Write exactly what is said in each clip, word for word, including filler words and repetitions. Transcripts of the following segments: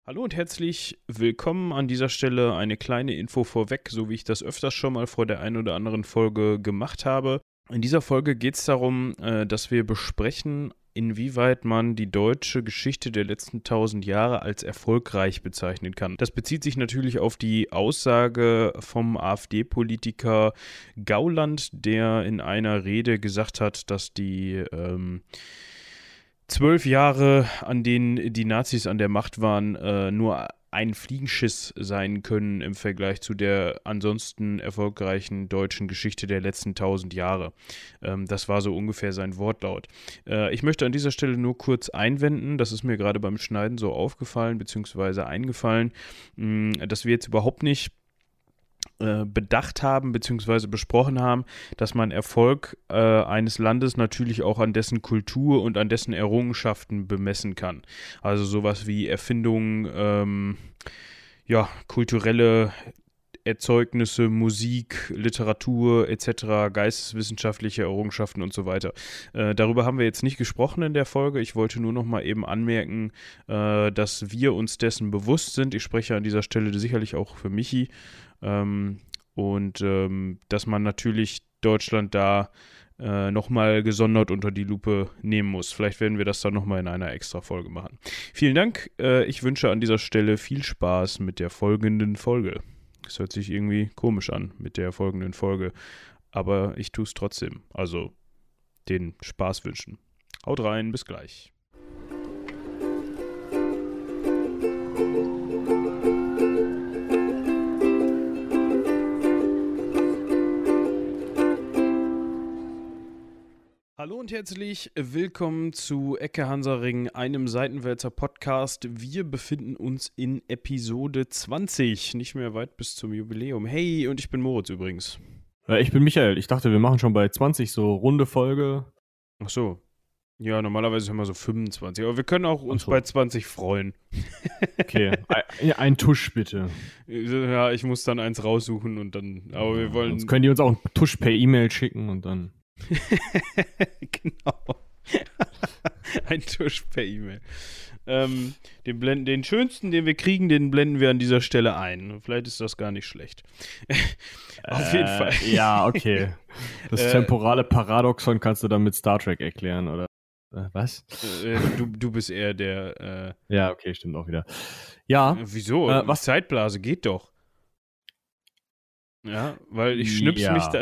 Hallo und herzlich willkommen an dieser Stelle. Eine kleine Info vorweg, so wie ich das öfters schon mal vor der einen oder anderen Folge gemacht habe. In dieser Folge geht es darum, äh, dass wir besprechen, inwieweit man die deutsche Geschichte der letzten tausend Jahre als erfolgreich bezeichnen kann. Das bezieht sich natürlich auf die Aussage vom AfD-Politiker Gauland, der in einer Rede gesagt hat, dass die ähm, zwölf Jahre, an denen die Nazis an der Macht waren, äh, nur ein Fliegenschiss sein können im Vergleich zu der ansonsten erfolgreichen deutschen Geschichte der letzten tausend Jahre. Ähm, das war so ungefähr sein Wortlaut. Äh, ich möchte an dieser Stelle nur kurz einwenden, das ist mir gerade beim Schneiden so aufgefallen bzw. eingefallen, mh, dass wir jetzt überhaupt nicht bedacht haben bzw. besprochen haben, dass man Erfolg äh, eines Landes natürlich auch an dessen Kultur und an dessen Errungenschaften bemessen kann. Also sowas wie Erfindungen, ähm, ja, kulturelle Erzeugnisse, Musik, Literatur et cetera, geisteswissenschaftliche Errungenschaften und so weiter. Äh, darüber haben wir jetzt nicht gesprochen in der Folge. Ich wollte nur noch mal eben anmerken, äh, dass wir uns dessen bewusst sind. Ich spreche an dieser Stelle sicherlich auch für Michi. Ähm, und ähm, dass man natürlich Deutschland da äh, nochmal gesondert unter die Lupe nehmen muss. Vielleicht werden wir das dann nochmal in einer extra Folge machen. Vielen Dank. Äh, ich wünsche an dieser Stelle viel Spaß mit der folgenden Folge. Das hört sich irgendwie komisch an mit der folgenden Folge, aber ich tue es trotzdem. Also den Spaß wünschen. Haut rein, bis gleich. Hallo und herzlich willkommen zu Ecke Hansaring, einem Seitenwälzer Podcast. Wir befinden uns in Episode zwanzig, nicht mehr weit bis zum Jubiläum. Hey, und ich bin Moritz übrigens. Ja, ich bin Michael. Ich dachte, wir machen schon bei zwanzig so runde Folge. Ach so. Ja, normalerweise haben wir so fünfundzwanzig, aber wir können auch uns so bei zwanzig freuen. Okay, ein, ein Tusch bitte. Ja, ich muss dann eins raussuchen und dann, aber wir wollen... Sonst können die uns auch einen Tusch per E-Mail schicken und dann... Genau. Ein Tusch per E-Mail. Ähm, den, blenden, den schönsten, den wir kriegen, den blenden wir an dieser Stelle ein. Vielleicht ist das gar nicht schlecht. Auf jeden äh, Fall. Ja, okay. Das äh, temporale Paradoxon kannst du dann mit Star Trek erklären, oder? Äh, was? Äh, du, du bist eher der... Äh, ja, okay, stimmt auch wieder. Ja. Äh, wieso? Äh, was? Zeitblase geht doch. Ja, weil ich schnips ja. mich dann...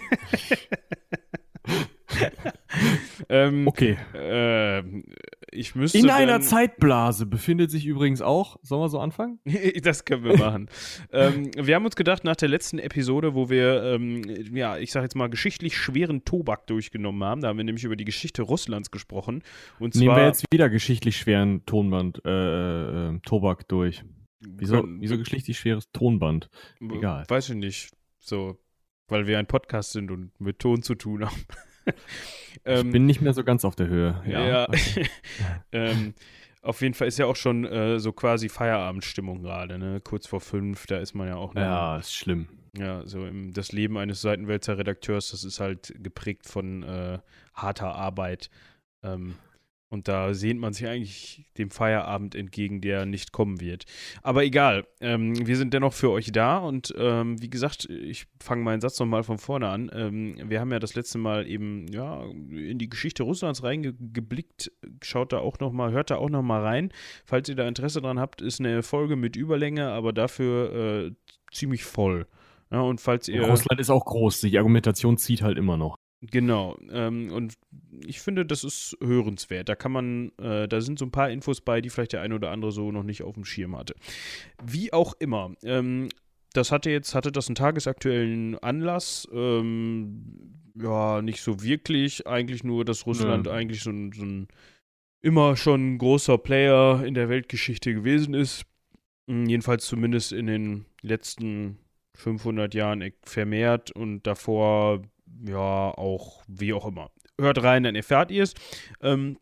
ähm, okay. Äh, ich müsste In einer dann, Zeitblase befindet sich übrigens auch, sollen wir so anfangen? Das können wir machen. ähm, wir haben uns gedacht, nach der letzten Episode, wo wir, ähm, ja, ich sag jetzt mal, geschichtlich schweren Tobak durchgenommen haben, da haben wir nämlich über die Geschichte Russlands gesprochen. Und Nehmen zwar, wir jetzt wieder geschichtlich schweren Tonband, äh, äh, Tobak durch. Wieso, können, wieso geschichtlich schweres Tonband? Egal. Weiß ich nicht. So, weil wir ein Podcast sind und mit Ton zu tun haben. Ich ähm, bin nicht mehr so ganz auf der Höhe. Ja. ja. ähm, auf jeden Fall ist ja auch schon äh, so quasi Feierabendstimmung gerade, ne? Kurz vor fünf, da ist man ja auch noch. Ja, ist schlimm. Ja, so im, das Leben eines Seitenwälzer Redakteurs, das ist halt geprägt von äh, harter Arbeit. Ähm, Und da sehnt man sich eigentlich dem Feierabend entgegen, der nicht kommen wird. Aber egal, ähm, wir sind dennoch für euch da und ähm, wie gesagt, ich fange meinen Satz nochmal von vorne an. Ähm, wir haben ja das letzte Mal eben ja, in die Geschichte Russlands reingeblickt. Schaut da auch nochmal, hört da auch nochmal rein. Falls ihr da Interesse dran habt, ist eine Folge mit Überlänge, aber dafür äh, ziemlich voll. Ja, und falls ihr... Russland ist auch groß, die Argumentation zieht halt immer noch. Genau, ähm, und ich finde, das ist hörenswert. Da kann man, äh, da sind so ein paar Infos bei, die vielleicht der eine oder andere so noch nicht auf dem Schirm hatte. Wie auch immer, ähm, das hatte jetzt, hatte das einen tagesaktuellen Anlass, ähm, ja, nicht so wirklich, eigentlich nur, dass Russland ja. eigentlich so ein, so ein immer schon großer Player in der Weltgeschichte gewesen ist, jedenfalls zumindest in den letzten fünfhundert Jahren vermehrt und davor ja, auch, wie auch immer. Hört rein, dann erfahrt ihr es. Ähm,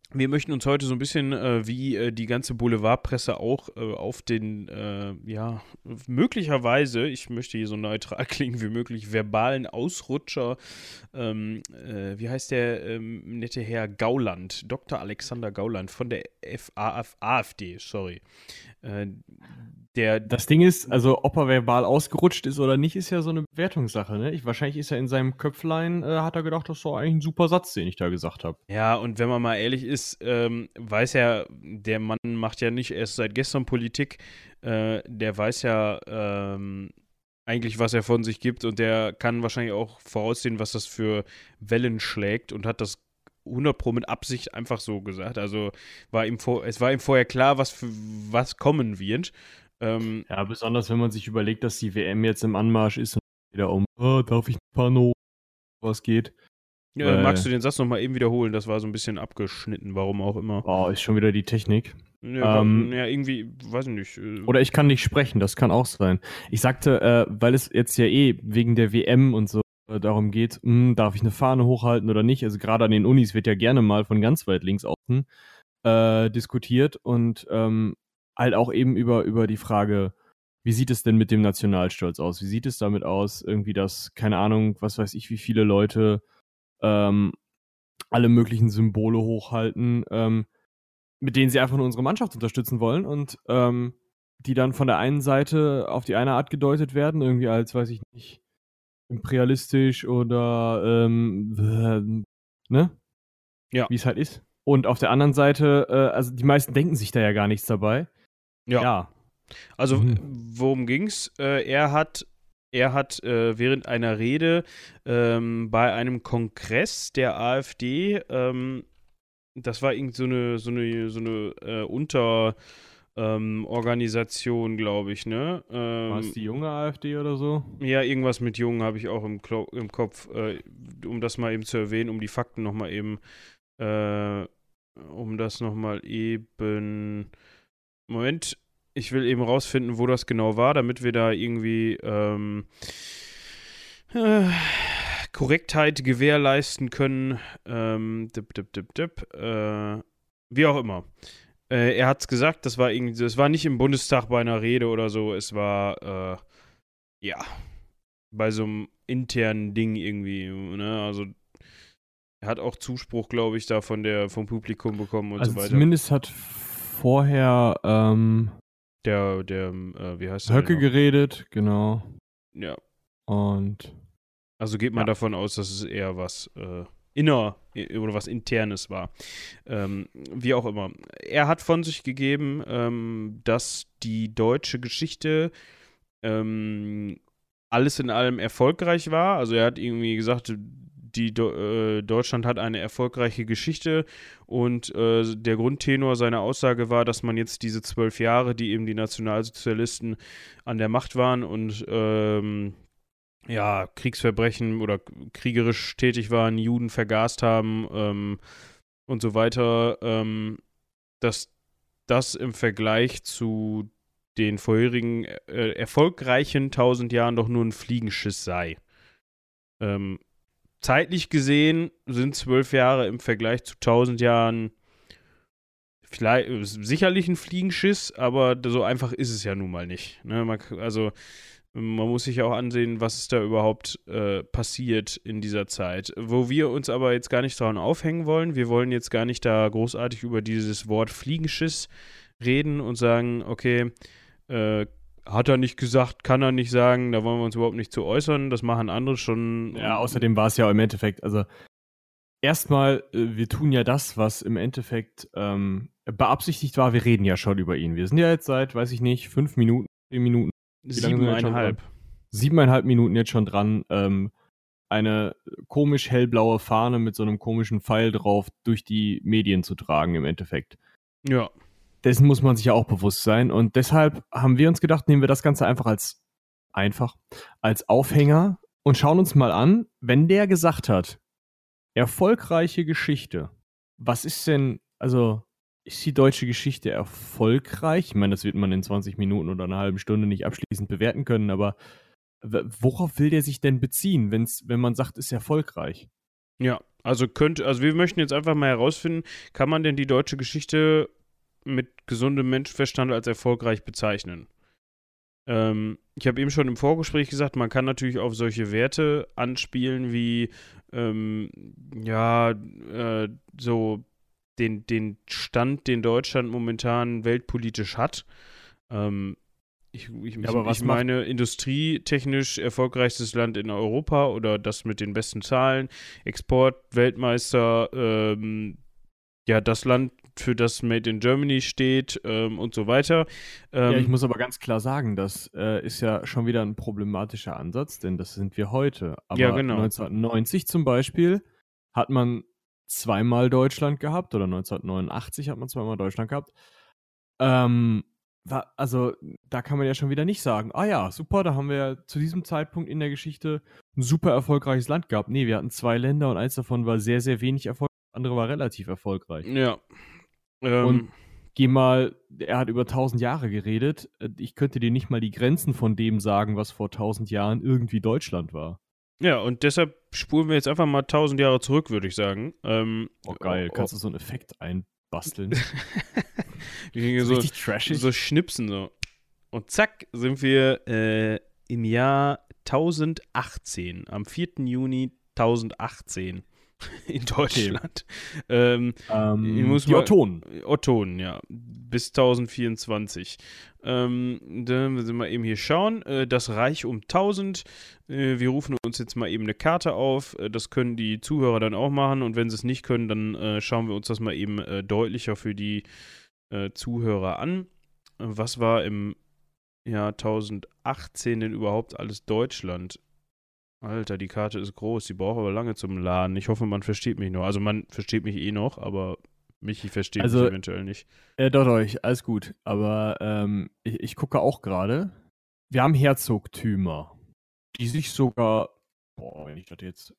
Wir möchten uns heute so ein bisschen äh, wie äh, die ganze Boulevardpresse auch äh, auf den, äh, ja, möglicherweise, ich möchte hier so neutral klingen wie möglich, verbalen Ausrutscher, ähm, äh, wie heißt der ähm, nette Herr Gauland, Doktor Alexander Gauland von der F A F AfD, sorry. Äh, der Das Ding ist, also ob er verbal ausgerutscht ist oder nicht, ist ja so eine Bewertungssache, ne? Ich, wahrscheinlich ist er in seinem Köpflein, äh, hat er gedacht, das ist doch eigentlich ein super Satz, den ich da gesagt habe. Ja, und wenn man mal ehrlich ist, ähm, weiß ja, der Mann macht ja nicht erst seit gestern Politik, äh, der weiß ja ähm, eigentlich, was er von sich gibt und der kann wahrscheinlich auch voraussehen, was das für Wellen schlägt und hat das hundert Pro mit Absicht einfach so gesagt. Also war ihm vor, es war ihm vorher klar, was für was kommen wird. Ähm, Ja, besonders wenn man sich überlegt, dass die W M jetzt im Anmarsch ist und wieder um, oh, darf ich ein paar No, was geht. ja, Weil- magst du den Satz nochmal eben wiederholen? Das war so ein bisschen abgeschnitten, warum auch immer. Oh, ist schon wieder die Technik. Ja, Ähm, ja irgendwie, weiß ich nicht. äh, Oder ich kann nicht sprechen, das kann auch sein. Ich sagte, äh, weil es jetzt ja eh wegen der W M und so äh, darum geht, mh, darf ich eine Fahne hochhalten oder nicht. Also gerade an den Unis wird ja gerne mal von ganz weit links außen äh, diskutiert und ähm, halt auch eben über, über die Frage, wie sieht es denn mit dem Nationalstolz aus? Wie sieht es damit aus? Irgendwie, dass, keine Ahnung, was weiß ich, wie viele Leute ähm, alle möglichen Symbole hochhalten, ähm, mit denen sie einfach nur unsere Mannschaft unterstützen wollen und ähm, die dann von der einen Seite auf die eine Art gedeutet werden, irgendwie als, weiß ich nicht, imperialistisch oder ähm, äh, ne? Ja. Wie es halt ist. Und auf der anderen Seite, äh, also die meisten denken sich da ja gar nichts dabei. Ja. Ja. Also, Mhm. worum ging's? Äh, er hat, er hat äh, während einer Rede ähm, bei einem Kongress der AfD, ähm, das war irgend so eine, so eine, so eine äh, Unter- ähm, Organisation, glaube ich, ne? Ähm, War es die junge AfD oder so? Ja, irgendwas mit Jungen habe ich auch im, Klo im Kopf, äh, um das mal eben zu erwähnen, um die Fakten nochmal eben, äh, um das nochmal eben, Moment, ich will eben rausfinden, wo das genau war, damit wir da irgendwie, ähm, äh, Korrektheit gewährleisten können, ähm, dip, dip, dip, dip, äh, wie auch immer. Äh, er hat's gesagt, das war irgendwie, das war nicht im Bundestag bei einer Rede oder so, es war, äh, ja, bei so einem internen Ding irgendwie, ne? Also er hat auch Zuspruch, glaube ich, da von der, vom Publikum bekommen und Also so weiter. zumindest hat vorher ähm, Der, der, äh, wie heißt der? Höcke denn noch? geredet, genau. Ja, Und also geht man Ja. davon aus, dass es eher was äh, inner oder was Internes war. Ähm, wie auch immer. Er hat von sich gegeben, ähm, dass die deutsche Geschichte ähm, alles in allem erfolgreich war. Also er hat irgendwie gesagt, die Do äh, Deutschland hat eine erfolgreiche Geschichte und äh, der Grundtenor seiner Aussage war, dass man jetzt diese zwölf Jahre, die eben die Nationalsozialisten an der Macht waren und ähm, ja, Kriegsverbrechen oder kriegerisch tätig waren, Juden vergast haben ähm, und so weiter, ähm, dass das im Vergleich zu den vorherigen äh, erfolgreichen tausend Jahren doch nur ein Fliegenschiss sei. Ähm, zeitlich gesehen sind zwölf Jahre im Vergleich zu tausend Jahren vielleicht sicherlich ein Fliegenschiss, aber so einfach ist es ja nun mal nicht. Ne? Man, also man muss sich auch ansehen, was ist da überhaupt äh, passiert in dieser Zeit. Wo wir uns aber jetzt gar nicht dran aufhängen wollen, wir wollen jetzt gar nicht da großartig über dieses Wort Fliegenschiss reden und sagen, okay, äh, hat er nicht gesagt, kann er nicht sagen, da wollen wir uns überhaupt nicht zu äußern, das machen andere schon. ja, außerdem war es ja im Endeffekt, also erstmal, äh, wir tun ja das, was im Endeffekt ähm, beabsichtigt war, wir reden ja schon über ihn. Wir sind ja jetzt seit, weiß ich nicht, fünf Minuten, zehn Minuten, wie lange sind wir jetzt schon Siebeneinhalb. dran? Siebeneinhalb Minuten jetzt schon dran, ähm, eine komisch hellblaue Fahne mit so einem komischen Pfeil drauf durch die Medien zu tragen im Endeffekt. Ja. Dessen muss man sich ja auch bewusst sein und deshalb haben wir uns gedacht, nehmen wir das Ganze einfach als einfach als Aufhänger und schauen uns mal an, wenn der gesagt hat, erfolgreiche Geschichte. Was ist denn, also ist die deutsche Geschichte erfolgreich? Ich meine, das wird man in zwanzig Minuten oder einer halben Stunde nicht abschließend bewerten können, aber w- worauf will der sich denn beziehen, wenn's, wenn man sagt, ist erfolgreich? Ja, also könnte, also wir möchten jetzt einfach mal herausfinden, kann man denn die deutsche Geschichte mit gesundem Menschenverstand als erfolgreich bezeichnen? Ähm, ich habe eben schon im Vorgespräch gesagt, man kann natürlich auf solche Werte anspielen wie, ähm, ja, äh, so den, den Stand, den Deutschland momentan weltpolitisch hat. Ähm, ich, ich, Ja, ich, aber was ich macht meine, industrietechnisch erfolgreichstes Land in Europa oder das mit den besten Zahlen, Export, Weltmeister, ähm, ja, das Land, für das Made in Germany steht ähm, und so weiter. Ja, ich Ähm, muss aber ganz klar sagen, das äh, ist ja schon wieder ein problematischer Ansatz, denn das sind wir heute. ja, Aber genau. neunzehnhundertneunzig zum Beispiel hat man zweimal Deutschland gehabt oder neunzehnhundertneunundachtzig hat man zweimal Deutschland gehabt. Ähm, wa- also da kann man ja schon wieder nicht sagen, ah ja, super, da haben wir ja zu diesem Zeitpunkt in der Geschichte ein super erfolgreiches Land gehabt. Nee, wir hatten zwei Länder und eins davon war sehr, sehr wenig erfolgreich, das andere war relativ erfolgreich. Ja. Und Ähm, geh mal, er hat über tausend Jahre geredet. Äh, Ich könnte dir nicht mal die Grenzen von dem sagen, was vor tausend Jahren irgendwie Deutschland war. ja, und deshalb spulen wir jetzt einfach mal tausend Jahre zurück, würde ich sagen. Ähm, Oh, oh, geil. oh. Kannst du so einen Effekt einbasteln? Wir kriegen So so, richtig trashig. so schnipsen so. Und zack, sind wir äh, im Jahr tausendachtzehn, am vierten Juni tausendachtzehn in Deutschland. Ähm, ich Ähm, muss die mal. Ottonen. Ottonen, ja. Bis tausendvierundzwanzig. Ähm, dann müssen wir eben hier schauen. Äh, das Reich um tausend. Äh, wir rufen uns jetzt mal eben eine Karte auf. Äh, das können die Zuhörer dann auch machen. Und wenn sie es nicht können, dann äh, schauen wir uns das mal eben äh, deutlicher für die äh, Zuhörer an. Äh, was war im Jahr tausendachtzehn denn überhaupt alles Deutschland? Alter, die Karte ist groß, die braucht aber lange zum Laden. Ich hoffe, man versteht mich noch. Also man versteht mich eh noch, aber Michi versteht mich Also, eventuell nicht. äh, doch, doch, ich, alles gut. Aber ähm, ich, ich gucke auch gerade. Wir haben Herzogtümer, die sich sogar, boah, wenn ich das jetzt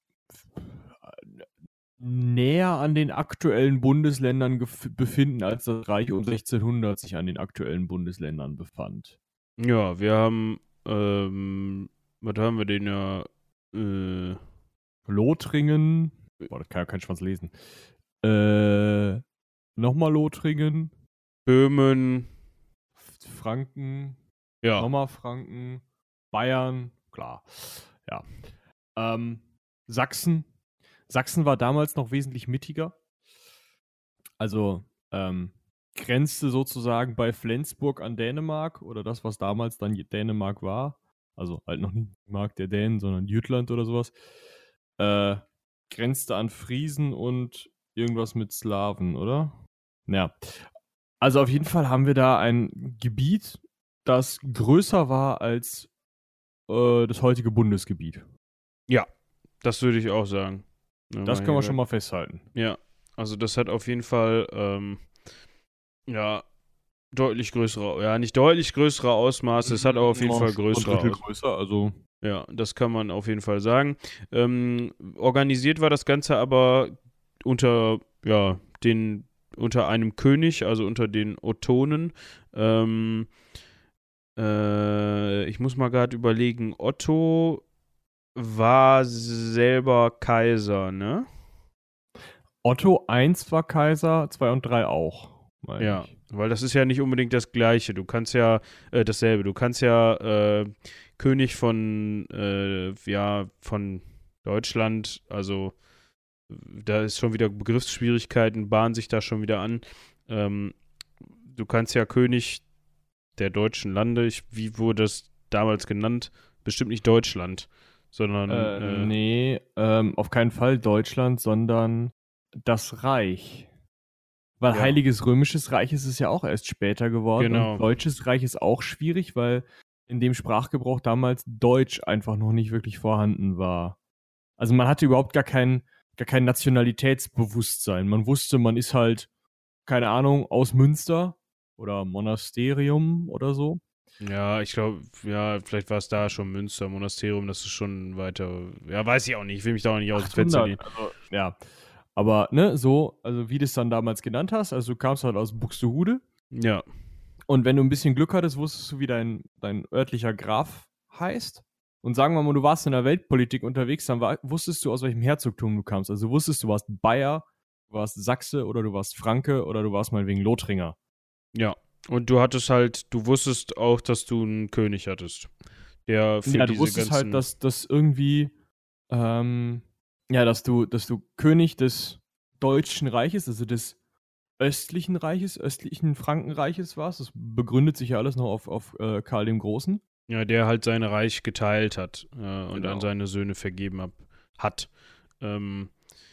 äh, näher an den aktuellen Bundesländern gef- befinden, als das Reich um sechzehnhundert sich an den aktuellen Bundesländern befand. Ja, wir haben, ähm, was haben wir denn ja? Äh, Lothringen, boah, das kann ja kein Schwanz lesen. Äh, nochmal Lothringen, Böhmen, Franken, ja. nochmal Franken, Bayern, klar. Ja. Ähm, Sachsen. Sachsen war damals noch wesentlich mittiger. Also ähm, grenzte sozusagen bei Flensburg an Dänemark oder das, was damals dann Dänemark war. Also halt noch nicht Mark der Dänen, sondern Jütland oder sowas. Äh, grenzte an Friesen und irgendwas mit Slawen, oder? Ja. Also auf jeden Fall haben wir da ein Gebiet, das größer war als äh, das heutige Bundesgebiet. Ja, das würde ich auch sagen. Ja, Das mal können wir hier schon grad- mal festhalten. Ja, also das hat auf jeden Fall, ähm, ja, deutlich größere, ja, nicht deutlich größere Ausmaße, es hat aber auf jeden Ja, Fall schon ein größere Drittel Ausmaße. größer, also Ja, das kann man auf jeden Fall sagen. Ähm, organisiert war das Ganze aber unter, ja, den, unter einem König, also unter den Ottonen. Ähm, äh, ich muss mal gerade überlegen, Otto war selber Kaiser, ne? Otto eins war Kaiser, zwei und drei auch, meine Ja, ich. weil das ist ja nicht unbedingt das Gleiche. Du kannst ja, äh, dasselbe, du kannst ja äh, König von, äh, ja, von Deutschland, also da ist schon wieder Begriffsschwierigkeiten, bahnen sich da schon wieder an. Ähm, du kannst ja König der deutschen Lande, ich, wie wurde das damals genannt? Bestimmt nicht Deutschland, sondern, Äh, äh, nee, ähm, auf keinen Fall Deutschland, sondern das Reich. Weil ja, Heiliges Römisches Reich ist es ja auch erst später geworden genau. und Deutsches Reich ist auch schwierig, weil in dem Sprachgebrauch damals Deutsch einfach noch nicht wirklich vorhanden war. Also man hatte überhaupt gar kein, gar kein Nationalitätsbewusstsein. Man wusste, man ist halt, keine Ahnung, aus Münster oder Monasterium oder so. Ja, ich glaube, ja, vielleicht war es da schon Münster, Monasterium, das ist schon weiter. Ja, weiß ich auch nicht. Ich will mich da auch nicht aus dem Fenster lehnen. Also, ja. Aber, ne, so, also wie du es dann damals genannt hast, also du kamst halt aus Buxtehude Ja, und wenn du ein bisschen Glück hattest, wusstest du, wie dein, dein örtlicher Graf heißt. Und sagen wir mal, du warst in der Weltpolitik unterwegs, dann war, wusstest du, aus welchem Herzogtum du kamst. Also wusstest du, warst Bayer, du warst Sachse oder du warst Franke oder du warst meinetwegen Lothringer. Ja. Und du hattest halt, du wusstest auch, dass du einen König hattest. Der für Ja, du diese wusstest ganzen. halt, dass das irgendwie, ähm, ja, dass du, dass du König des Deutschen Reiches, also des östlichen Reiches, östlichen Frankenreiches warst. Das begründet sich ja alles noch auf, auf äh, Karl dem Großen. Ja, der halt sein Reich geteilt hat äh, und Genau. an seine Söhne vergeben hab, hat. Ähm,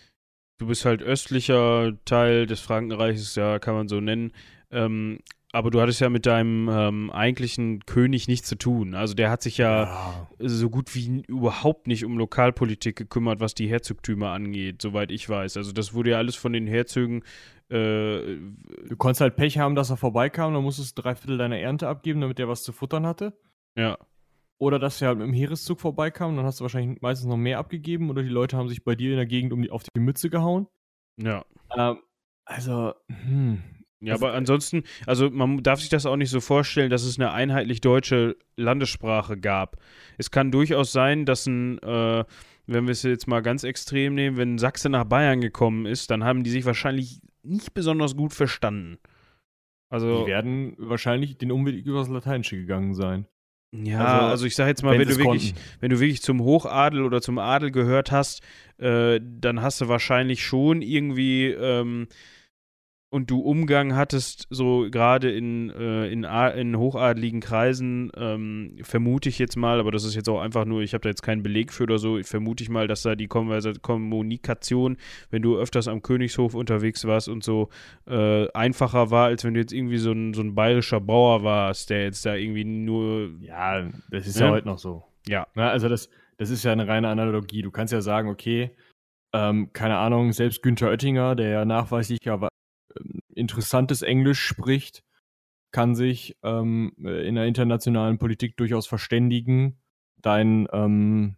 du bist halt östlicher Teil des Frankenreiches, ja, kann man so nennen. Ähm, aber du hattest ja mit deinem ähm, eigentlichen König nichts zu tun. Also der hat sich ja, Ja. so gut wie überhaupt nicht um Lokalpolitik gekümmert, was die Herzogtümer angeht, soweit ich weiß. Also das wurde ja alles von den Herzögen. Äh, Du konntest halt Pech haben, dass er vorbeikam, dann musstest du drei Viertel deiner Ernte abgeben, damit er was zu futtern hatte. ja. Oder dass er halt mit dem Heereszug vorbeikam, dann hast du wahrscheinlich meistens noch mehr abgegeben oder die Leute haben sich bei dir in der Gegend um die, auf die Mütze gehauen. Ja. Ähm, also, hm. Ja, Also, aber ansonsten, also man darf sich das auch nicht so vorstellen, dass es eine einheitlich deutsche Landessprache gab. Es kann durchaus sein, dass ein, äh, wenn wir es jetzt mal ganz extrem nehmen, wenn ein Sachse nach Bayern gekommen ist, dann haben die sich wahrscheinlich nicht besonders gut verstanden. Also, die werden wahrscheinlich den Umweg über das Lateinische gegangen sein. ja, also, also ich sag jetzt mal, wenn wenn sie du es wirklich, konnten. wenn du wirklich zum Hochadel oder zum Adel gehört hast, äh, dann hast du wahrscheinlich schon irgendwie, ähm, und du Umgang hattest, so gerade in, äh, in, A- in hochadeligen Kreisen, ähm, vermute ich jetzt mal, aber das ist jetzt auch einfach nur, ich habe da jetzt keinen Beleg für oder so, vermute ich mal, dass da die Konversa- Kommunikation, wenn du öfters am Königshof unterwegs warst und so, äh, einfacher war, als wenn du jetzt irgendwie so ein, so ein bayerischer Bauer warst, der jetzt da irgendwie nur. Ja, das ist Ne? ja heute noch so. Ja. Na, also das, das ist ja eine reine Analogie. Du kannst ja sagen, okay, ähm, keine Ahnung, selbst Günther Oettinger, der ja nachweislich ja wa- ähm, interessantes Englisch spricht, kann sich ähm, in der internationalen Politik durchaus verständigen. Dein ähm,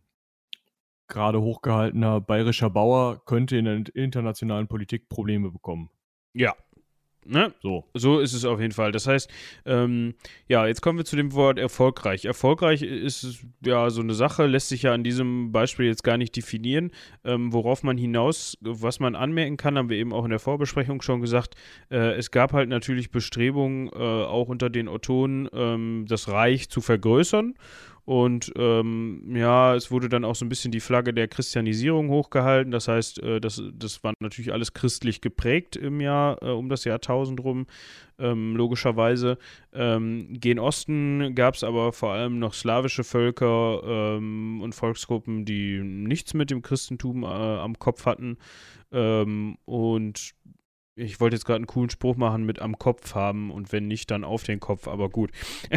gerade hochgehaltener bayerischer Bauer könnte in der internationalen Politik Probleme bekommen. Ja. Ne? So. So ist es auf jeden Fall. Das heißt, ähm, ja, jetzt kommen wir zu dem Wort erfolgreich. Erfolgreich ist ja so eine Sache, lässt sich ja an diesem Beispiel jetzt gar nicht definieren. Ähm, worauf man hinaus, was man anmerken kann, haben wir eben auch in der Vorbesprechung schon gesagt. Äh, es gab halt natürlich Bestrebungen, äh, auch unter den Ottonen, ähm, das Reich zu vergrößern. Und ähm, ja, es wurde dann auch so ein bisschen die Flagge der Christianisierung hochgehalten. Das heißt, äh, das, das war natürlich alles christlich geprägt im Jahr, äh, um das Jahrtausend rum, ähm, logischerweise. Ähm, gen Osten gab es aber vor allem noch slawische Völker ähm, und Volksgruppen, die nichts mit dem Christentum äh, am Kopf hatten. Ähm, und ich wollte jetzt gerade einen coolen Spruch machen mit am Kopf haben und wenn nicht, dann auf den Kopf, aber gut.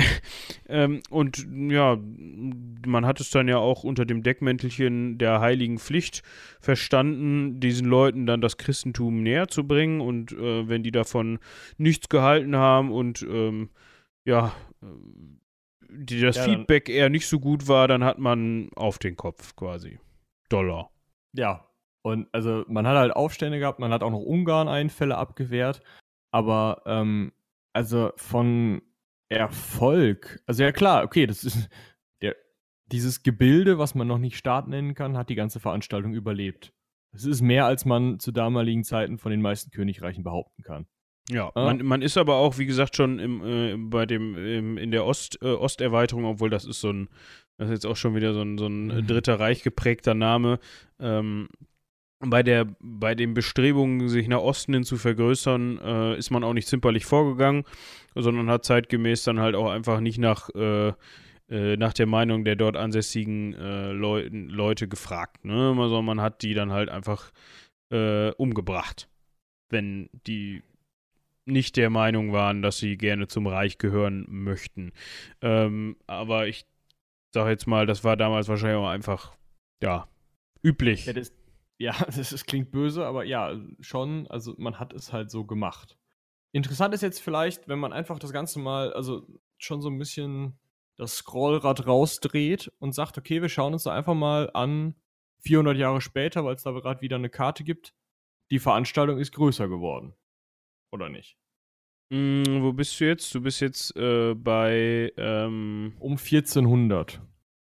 ähm, und ja, man hat es dann ja auch unter dem Deckmäntelchen der heiligen Pflicht verstanden, diesen Leuten dann das Christentum näher zu bringen und äh, wenn die davon nichts gehalten haben und ähm, ja, äh, die das Ja, dann- Feedback eher nicht so gut war, dann hat man auf den Kopf quasi. Dollar. Ja, und also man hat halt Aufstände gehabt, man hat auch noch Ungarn-Einfälle abgewehrt, aber ähm, also von Erfolg, also ja klar, okay, das ist der, dieses Gebilde, was man noch nicht Staat nennen kann, hat die ganze Veranstaltung überlebt. Das ist mehr, als man zu damaligen Zeiten von den meisten Königreichen behaupten kann. Ja, Ja. man, man ist aber auch, wie gesagt, schon im, äh, bei dem, im, in der Ost, äh, Osterweiterung, obwohl das ist so ein, das ist jetzt auch schon wieder so ein, so ein Mhm. Dritter Reich geprägter Name, ähm, bei der, bei den Bestrebungen, sich nach Osten hin zu vergrößern, äh, ist man auch nicht zimperlich vorgegangen, sondern hat zeitgemäß dann halt auch einfach nicht nach, äh, äh, nach der Meinung der dort ansässigen äh, Leu Leute gefragt. Ne? Also man hat die dann halt einfach äh, umgebracht, wenn die nicht der Meinung waren, dass sie gerne zum Reich gehören möchten. Ähm, aber ich sage jetzt mal, das war damals wahrscheinlich auch einfach, ja, üblich. Ja, das, ja, das, das klingt böse, aber ja, schon, also man hat es halt so gemacht. Interessant ist jetzt vielleicht, wenn man einfach das Ganze mal, also schon so ein bisschen das Scrollrad rausdreht und sagt, okay, wir schauen uns da einfach mal an, vierhundert Jahre später, weil es da gerade wieder eine Karte gibt, die Veranstaltung ist größer geworden. Oder nicht? Mm, wo bist du jetzt? Du bist jetzt äh, bei, ähm, Um vierzehnhundert.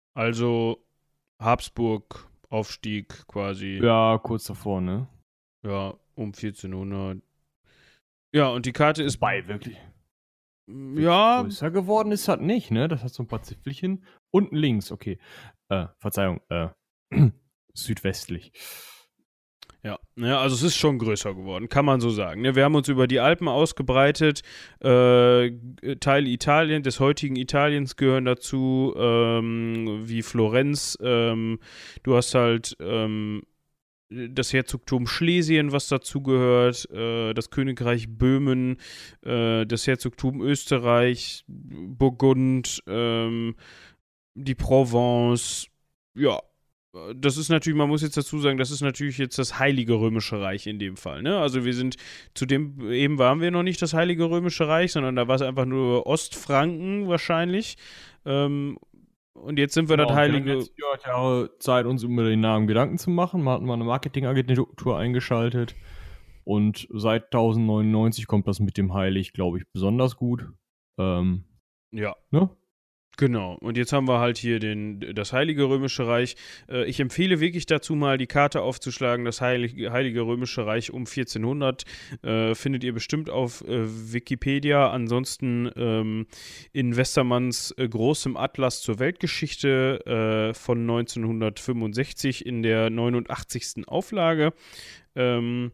Also Habsburg-Aufstieg quasi. Ja, kurz davor, ne? Ja, um vierzehnhundert. Ja, und die Karte ist. Wobei, wirklich, wirklich Ja, größer geworden ist das nicht, ne? Das hat so ein paar Zipfelchen. Unten links, okay. Äh, Verzeihung, äh, südwestlich. Ja, ja, also es ist schon größer geworden, kann man so sagen. Ne? Wir haben uns über die Alpen ausgebreitet. Äh, Teile Italien, des heutigen Italiens gehören dazu, ähm, wie Florenz. Ähm, du hast halt ähm, das Herzogtum Schlesien, was dazugehört, äh, das Königreich Böhmen, äh, das Herzogtum Österreich, Burgund, ähm, die Provence. Ja, das ist natürlich, man muss jetzt dazu sagen, das ist natürlich jetzt das Heilige Römische Reich in dem Fall. Ne? Also wir sind, zu dem, eben waren wir noch nicht das Heilige Römische Reich, sondern da war es einfach nur Ostfranken wahrscheinlich. Ähm, und jetzt sind wir Genau, das wir hatten Heilige. jetzt vierhundert Jahre Zeit, uns über den Namen Gedanken zu machen. Wir hatten mal eine Marketingagentur eingeschaltet. Und seit tausendneunundneunzig kommt das mit dem Heilig, glaube ich, besonders gut. Ähm, Ja. ne? Genau, und jetzt haben wir halt hier den, das Heilige Römische Reich. Äh, ich empfehle wirklich dazu mal die Karte aufzuschlagen, das Heilige, Heilige Römische Reich um vierzehnhundert. Äh, findet ihr bestimmt auf äh, Wikipedia. Ansonsten ähm, in Westermanns äh, großem Atlas zur Weltgeschichte äh, von neunzehnhundertfünfundsechzig in der neunundachtzigsten Auflage. Ähm,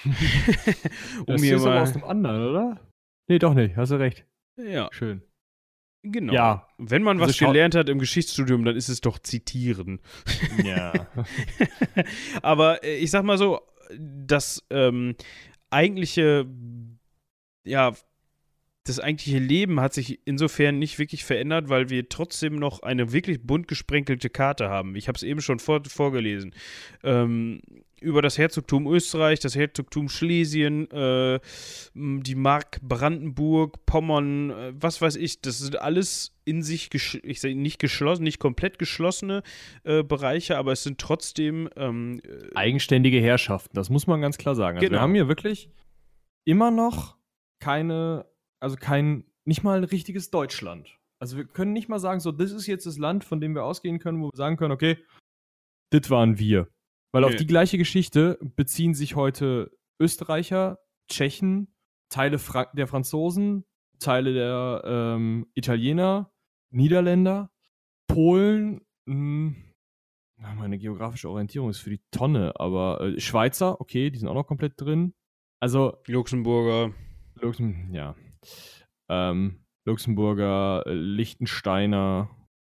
um das hier ist aber mal. aus dem anderen, oder? Nee, doch nicht, hast du recht. Ja. Schön. Genau. Ja. Wenn man Also was schau- gelernt hat im Geschichtsstudium, dann ist es doch zitieren. Ja. Aber äh, ich sag mal so, das ähm, eigentliche, ja, das eigentliche Leben hat sich insofern nicht wirklich verändert, weil wir trotzdem noch eine wirklich bunt gesprenkelte Karte haben. Ich habe es eben schon vor, vorgelesen. Ähm, über das Herzogtum Österreich, das Herzogtum Schlesien, äh, die Mark Brandenburg, Pommern, äh, was weiß ich, das sind alles in sich, gesch- ich sage nicht geschlossen, nicht komplett geschlossene äh, Bereiche, aber es sind trotzdem ähm, Eigenständige Herrschaften, das muss man ganz klar sagen. Also Genau. wir haben hier wirklich immer noch keine, also kein, nicht mal ein richtiges Deutschland. Also wir können nicht mal sagen, so, das ist jetzt das Land, von dem wir ausgehen können, wo wir sagen können, okay, das waren wir. Weil auf Nee. die gleiche Geschichte beziehen sich heute Österreicher, Tschechen, Teile Fra- der Franzosen, Teile der ähm, Italiener, Niederländer, Polen, mh, na, meine geografische Orientierung ist für die Tonne, aber äh, Schweizer, okay, die sind auch noch komplett drin. Also, Luxemburger. Luxem, ja. Ähm, Luxemburger, äh, Liechtensteiner,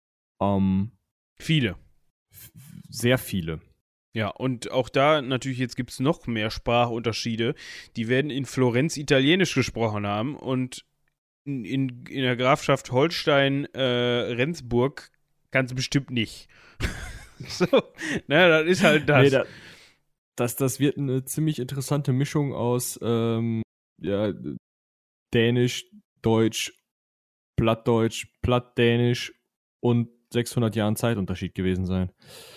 ähm, Viele. f- sehr viele. Ja, und auch da natürlich, jetzt gibt es noch mehr Sprachunterschiede. Die werden in Florenz Italienisch gesprochen haben und in, in, in der Grafschaft Holstein-Rendsburg ganz bestimmt nicht. So, na, das ist halt das. Nee, da, das, das wird eine ziemlich interessante Mischung aus ähm, ja, Dänisch, Deutsch, Plattdeutsch, Plattdänisch und sechshundert Jahren Zeitunterschied gewesen sein.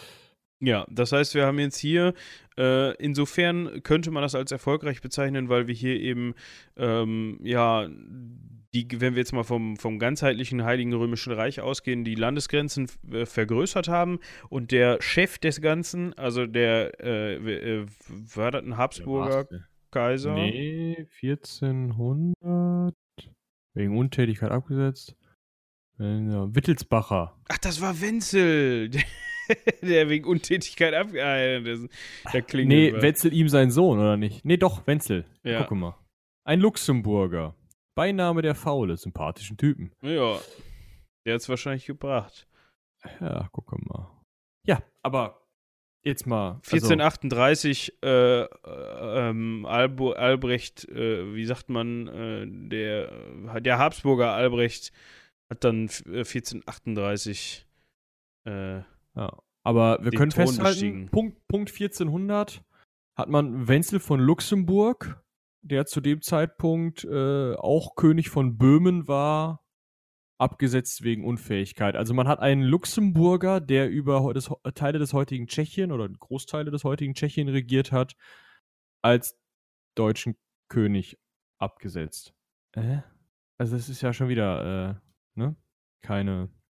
Ja, das heißt, wir haben jetzt hier, äh, insofern könnte man das als erfolgreich bezeichnen, weil wir hier eben, ähm, ja, die, wenn wir jetzt mal vom, vom ganzheitlichen Heiligen Römischen Reich ausgehen, die Landesgrenzen äh, vergrößert haben und der Chef des Ganzen, also der, äh, äh, war das ein Habsburger Kaiser? Nee, vierzehnhundert, wegen Untätigkeit abgesetzt. Äh, ja, Wittelsbacher. Ach, das war Wenzel, der wegen Untätigkeit ab... Ah, das, da klingelt Nee, was. Wenzel ihm sein Sohn, oder nicht? Nee, doch, Wenzel. Ja. Guck mal. Ein Luxemburger. Beiname der Faule, sympathischen Typen. Ja, der hat es wahrscheinlich gebracht. Ja, guck mal. Ja, aber jetzt mal. vierzehnhundertachtunddreißig, äh, äh, ähm, Albo, Albrecht, äh, wie sagt man, äh, der, der Habsburger Albrecht hat dann äh, vierzehnhundertachtunddreißig äh, Ja, aber wir den können Thron festhalten, bestiegen. Punkt, Punkt vierzehnhundert hat man Wenzel von Luxemburg, der zu dem Zeitpunkt äh, auch König von Böhmen war, abgesetzt wegen Unfähigkeit. Also man hat einen Luxemburger, der über das, Teile des heutigen Tschechien oder Großteile des heutigen Tschechien regiert hat, als deutschen König abgesetzt. Äh? Also das ist ja schon wieder, äh, ne? Keine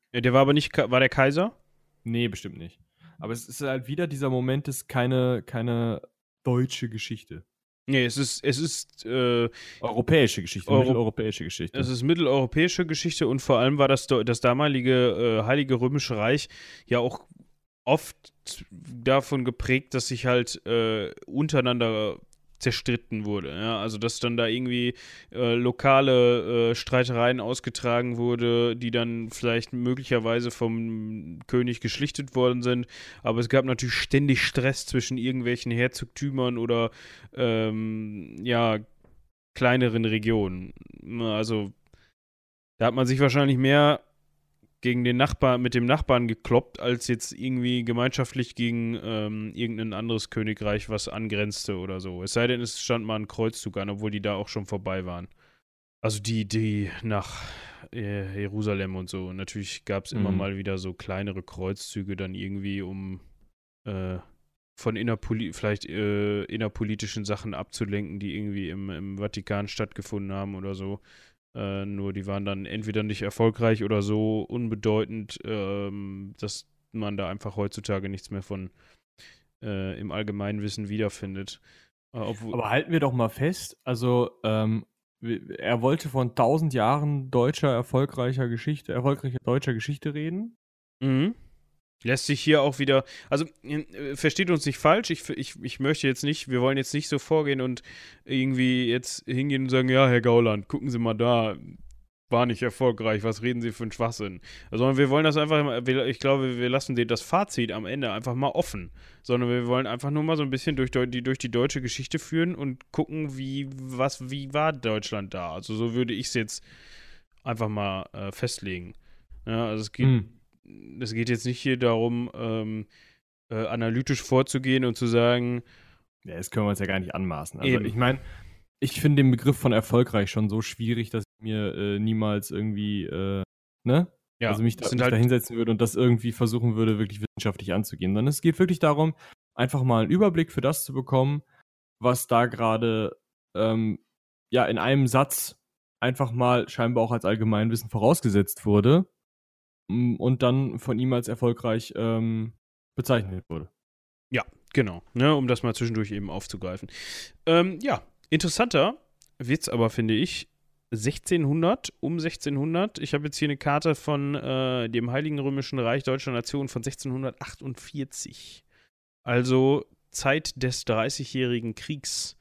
Ja, der war aber nicht, war der Kaiser? Nee, bestimmt nicht. Aber es ist halt wieder dieser Moment, ist keine, keine deutsche Geschichte. Nee, es ist, es ist äh, Europäische Geschichte, Euro mitteleuropäische Geschichte. es ist mitteleuropäische Geschichte und vor allem war das, das damalige äh, Heilige Römische Reich ja auch oft davon geprägt, dass sich halt äh, untereinander zerstritten wurde. Ja? Also dass dann da irgendwie äh, lokale äh, Streitereien ausgetragen wurde, die dann vielleicht möglicherweise vom König geschlichtet worden sind. Aber es gab natürlich ständig Stress zwischen irgendwelchen Herzogtümern oder ähm, ja, kleineren Regionen. Also da hat man sich wahrscheinlich mehr gegen den Nachbarn, mit dem Nachbarn gekloppt, als jetzt irgendwie gemeinschaftlich gegen ähm, irgendein anderes Königreich, was angrenzte oder so. Es sei denn, es stand mal ein Kreuzzug an, obwohl die da auch schon vorbei waren. Also die, die nach äh, Jerusalem und so. Natürlich gab es immer Mhm. mal wieder so kleinere Kreuzzüge dann irgendwie, um äh, von innerpoli vielleicht äh, innerpolitischen Sachen abzulenken, die irgendwie im, im Vatikan stattgefunden haben oder so. Äh, nur die waren dann entweder nicht erfolgreich oder so unbedeutend, ähm, dass man da einfach heutzutage nichts mehr von äh, im Allgemeinwissen wiederfindet. Äh, obwohl, Aber halten wir doch mal fest, also ähm, er wollte von tausend Jahren deutscher erfolgreicher Geschichte, erfolgreicher deutscher Geschichte reden. mhm. Lässt sich hier auch wieder, also äh, versteht uns nicht falsch, ich, ich, ich möchte jetzt nicht, wir wollen jetzt nicht so vorgehen und irgendwie jetzt hingehen und sagen, ja, Herr Gauland, gucken Sie mal da, war nicht erfolgreich, was reden Sie für einen Schwachsinn. Sondern wir wollen das einfach, mal- wir- ich glaube, wir lassen den- das Fazit am Ende einfach mal offen. Sondern wir wollen einfach nur mal so ein bisschen durch, deu- die, durch die deutsche Geschichte führen und gucken, wie, was, wie war Deutschland da. Also so würde ich es jetzt einfach mal äh, festlegen. Ja, also es geht Hm. es geht jetzt nicht hier darum, ähm, äh, analytisch vorzugehen und zu sagen, Ja, das können wir uns ja gar nicht anmaßen. Also eben. ich meine, ich finde den Begriff von erfolgreich schon so schwierig, dass ich mir äh, niemals irgendwie, äh, ne? Ja, also mich es da, sind mich halt- da hinsetzen würde und das irgendwie versuchen würde, wirklich wissenschaftlich anzugehen. Sondern es geht wirklich darum, einfach mal einen Überblick für das zu bekommen, was da gerade ähm, ja in einem Satz einfach mal scheinbar auch als Allgemeinwissen vorausgesetzt wurde m, und dann von ihm als erfolgreich ähm, bezeichnet wurde. Ja, genau, ne, um das mal zwischendurch eben aufzugreifen. Ähm, ja, interessanter wird's aber, finde ich, sechzehnhundert, um sechzehnhundert. Ich habe jetzt hier eine Karte von äh, dem Heiligen Römischen Reich Deutscher Nation von sechzehnhundertachtundvierzig. Also Zeit des Dreißigjährigen Kriegs.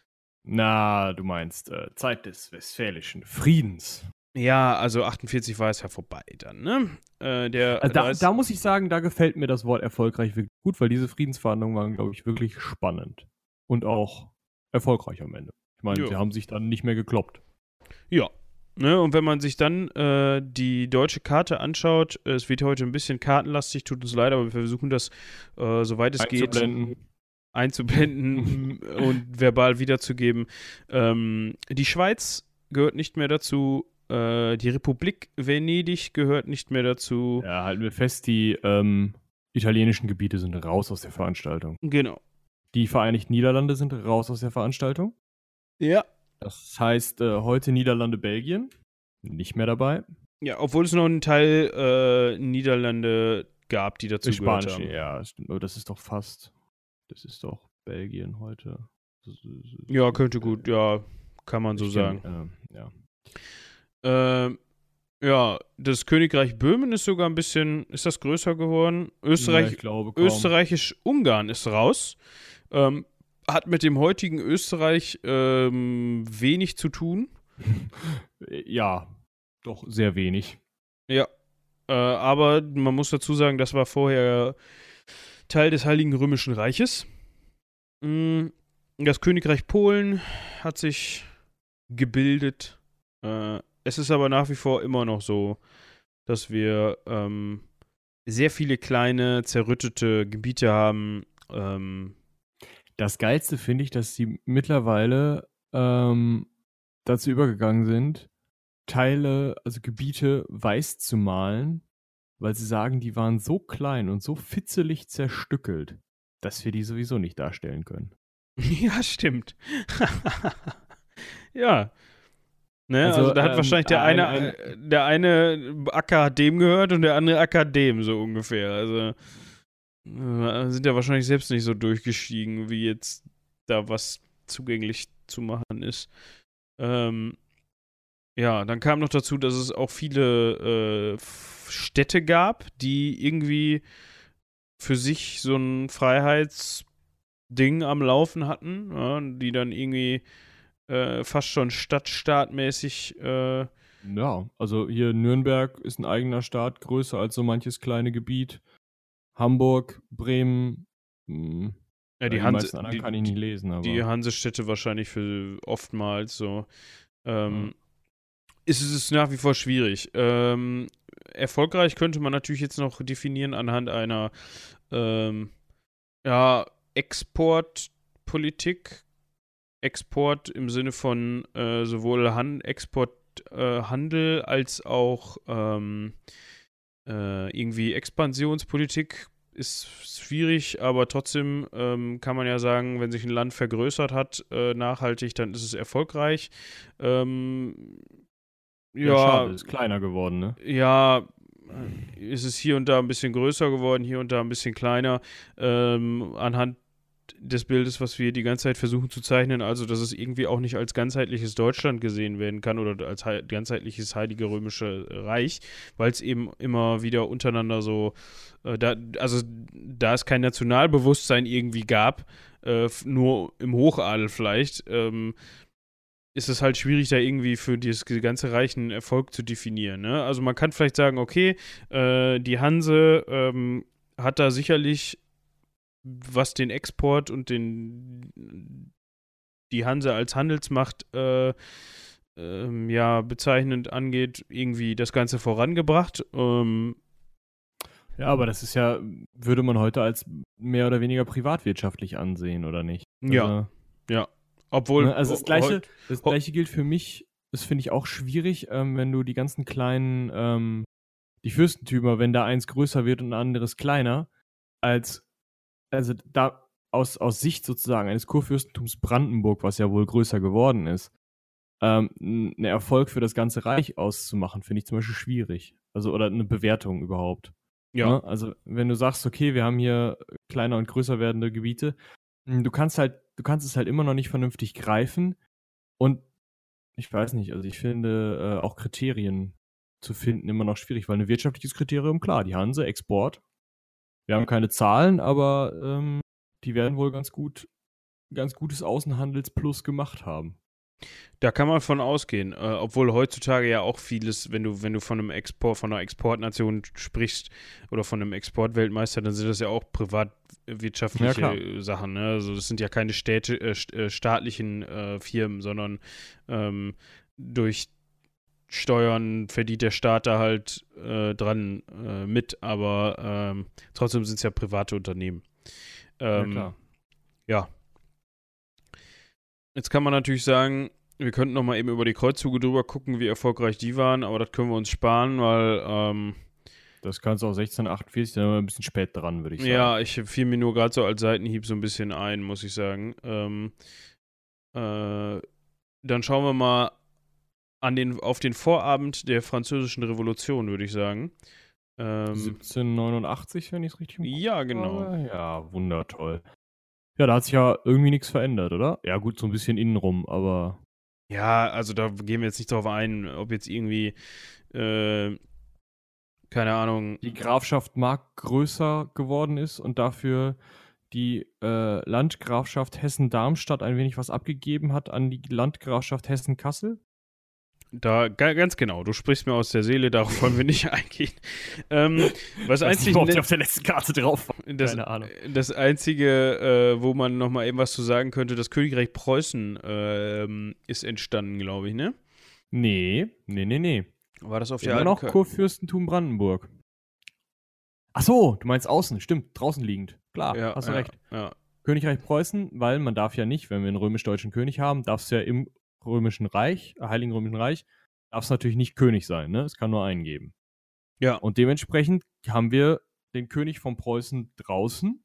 Na, du meinst äh, Zeit des Westfälischen Friedens. Ja, also achtundvierzig war es ja vorbei dann, ne? Äh, der Also da, dreißig da muss ich sagen, da gefällt mir das Wort erfolgreich wirklich gut, weil diese Friedensverhandlungen waren, glaube ich, wirklich spannend. Und auch erfolgreich am Ende. Ich meine, Jo. sie haben sich dann nicht mehr gekloppt. Ja. Ne, und wenn man sich dann äh, die deutsche Karte anschaut, es wird heute ein bisschen kartenlastig, tut uns leid, aber wir versuchen das, äh, soweit es geht, Einzublenden. einzublenden und verbal wiederzugeben. Ähm, die Schweiz gehört nicht mehr dazu, äh, die Republik Venedig gehört nicht mehr dazu. Ja, halten wir fest, die ähm, italienischen Gebiete sind raus aus der Veranstaltung. Genau. Die Vereinigten Niederlande sind raus aus der Veranstaltung. Ja. Das heißt, äh, heute Niederlande, Belgien. Nicht mehr dabei. Ja, obwohl es noch einen Teil äh, Niederlande gab, die dazu gehört Spanisch, haben. ja, stimmt. Aber das ist doch fast. Das ist doch Belgien heute. Das ist- Ja, könnte gut, ja, kann man so Ich sagen. kenn, äh, ja. Ähm, ja, das Königreich Böhmen ist sogar ein bisschen, ist das größer geworden? Ja, Österreich, ich glaube, kaum. Österreichisch-Ungarn ist raus. Ähm, hat mit dem heutigen Österreich ähm, wenig zu tun. Ja, doch sehr wenig. Ja. Äh, aber man muss dazu sagen, das war vorher Teil des Heiligen Römischen Reiches. Mm, Das Königreich Polen hat sich gebildet. Äh, es ist aber nach wie vor immer noch so, dass wir ähm, sehr viele kleine, zerrüttete Gebiete haben. Ähm, Das Geilste finde ich, dass sie mittlerweile ähm, dazu übergegangen sind, Teile, also Gebiete weiß zu malen, weil sie sagen, die waren so klein und so fitzelig zerstückelt, dass wir die sowieso nicht darstellen können. ja, stimmt. ja. Ne? Also, also da hat ähm, wahrscheinlich der ein, eine, ein, der eine Acker hat dem gehört und der andere Acker dem, so ungefähr. Also äh, sind ja wahrscheinlich selbst nicht so durchgestiegen, wie jetzt da was zugänglich zu machen ist. Ähm, ja, dann kam noch dazu, dass es auch viele äh, Städte gab, die irgendwie für sich so ein Freiheitsding am Laufen hatten, ja, die dann irgendwie Äh, fast schon stadtstaatmäßig. Äh, ja, also hier Nürnberg ist ein eigener Staat, größer als so manches kleine Gebiet. Hamburg, Bremen, mh, ja, die, die Hanse, meisten anderen die, kann ich nicht lesen. Aber die Hansestädte wahrscheinlich für oftmals so. Ähm, ja. ist es nach wie vor schwierig. Ähm, erfolgreich könnte man natürlich jetzt noch definieren anhand einer ähm, ja, Exportpolitik. Export im Sinne von äh, sowohl Han Export, äh, Handel als auch ähm, äh, irgendwie Expansionspolitik ist schwierig, aber trotzdem ähm, kann man ja sagen, wenn sich ein Land vergrößert hat, äh, nachhaltig, dann ist es erfolgreich. Ähm, ja, ja, schade, ist kleiner geworden, ne? Ja, ist es hier und da ein bisschen größer geworden, hier und da ein bisschen kleiner. Ähm, anhand des Bildes, was wir die ganze Zeit versuchen zu zeichnen, also dass es irgendwie auch nicht als ganzheitliches Deutschland gesehen werden kann oder als he- ganzheitliches Heilige Römische Reich, weil es eben immer wieder untereinander so, äh, da, also da es kein Nationalbewusstsein irgendwie gab, äh, nur im Hochadel vielleicht, ähm, ist es halt schwierig, da irgendwie für dieses ganze Reich einen Erfolg zu definieren. Ne? Also man kann vielleicht sagen, okay, äh, die Hanse ähm, hat da sicherlich, was den Export und den die Hanse als Handelsmacht äh, ähm, ja bezeichnend angeht, irgendwie das Ganze vorangebracht. Ähm, ja, aber das ist ja, würde man heute als mehr oder weniger privatwirtschaftlich ansehen, oder nicht? Also, ja, ja. Obwohl. Ne, also das Gleiche, das Gleiche gilt für mich, das finde ich auch schwierig, ähm, wenn du die ganzen kleinen, ähm, die Fürstentümer, wenn da eins größer wird und ein anderes kleiner, als, also da aus, aus Sicht sozusagen eines Kurfürstentums Brandenburg, was ja wohl größer geworden ist, ähm, einen Erfolg für das ganze Reich auszumachen, finde ich zum Beispiel schwierig. Also, oder eine Bewertung überhaupt. Ja. Ne? Also, wenn du sagst, okay, wir haben hier kleiner und größer werdende Gebiete, du kannst halt, du kannst es halt immer noch nicht vernünftig greifen und ich weiß nicht, also ich finde äh, auch Kriterien zu finden immer noch schwierig, weil ein wirtschaftliches Kriterium, klar, die Hanse, Export, wir haben keine Zahlen, aber ähm, die werden wohl ganz gut, ganz gutes Außenhandelsplus gemacht haben. Da kann man von ausgehen, äh, obwohl heutzutage ja auch vieles, wenn du, wenn du von einem Export, von einer Exportnation sprichst oder von einem Exportweltmeister, dann sind das ja auch privatwirtschaftliche Ja, Sachen. Ne? Also das sind ja keine Städte, äh, staatlichen äh, Firmen, sondern ähm, durch Steuern verdient der Staat da halt äh, dran äh, mit, aber ähm, trotzdem sind es ja private Unternehmen. Ähm, ja, klar. Ja. Jetzt kann man natürlich sagen, wir könnten noch mal eben über die Kreuzzüge drüber gucken, wie erfolgreich die waren, aber das können wir uns sparen, weil ähm, das kannst du auch sechzehnhundertachtundvierzig, dann ein bisschen spät dran, würde ich sagen. Ja, ich fiel mir nur gerade so als Seitenhieb so ein bisschen ein, muss ich sagen. Ähm, äh, dann schauen wir mal an den, auf den Vorabend der Französischen Revolution, würde ich sagen. Ähm, siebzehnhundertneunundachtzig, wenn ich es richtig im Ja, genau. Habe. Ja, wundertoll. Ja, da hat sich ja irgendwie nichts verändert, oder? Ja, gut, so ein bisschen innenrum, aber. Ja, also da gehen wir jetzt nicht drauf ein, ob jetzt irgendwie, äh, keine Ahnung. Die Grafschaft Mark größer geworden ist und dafür die äh, Landgrafschaft Hessen-Darmstadt ein wenig was abgegeben hat an die Landgrafschaft Hessen-Kassel. Da, ganz genau, du sprichst mir aus der Seele, darauf wollen wir nicht eingehen. Ähm, was das einzig ist auf der letzten Karte drauf war. Das, Keine Ahnung. Das Einzige, äh, wo man noch mal eben was zu sagen könnte, das Königreich Preußen äh, ist entstanden, glaube ich, ne? Nee, nee, nee, nee. War das auf Immer der alten noch Kö- Kurfürstentum Brandenburg. Ach so, du meinst außen, stimmt, draußen liegend. Klar, ja, hast du ja, recht. Ja. Königreich Preußen, weil man darf ja nicht, wenn wir einen römisch-deutschen König haben, darf es ja im Römischen Reich, äh, Heiligen Römischen Reich, darf es natürlich nicht König sein, ne? Es kann nur einen geben. Ja. Und dementsprechend haben wir den König von Preußen draußen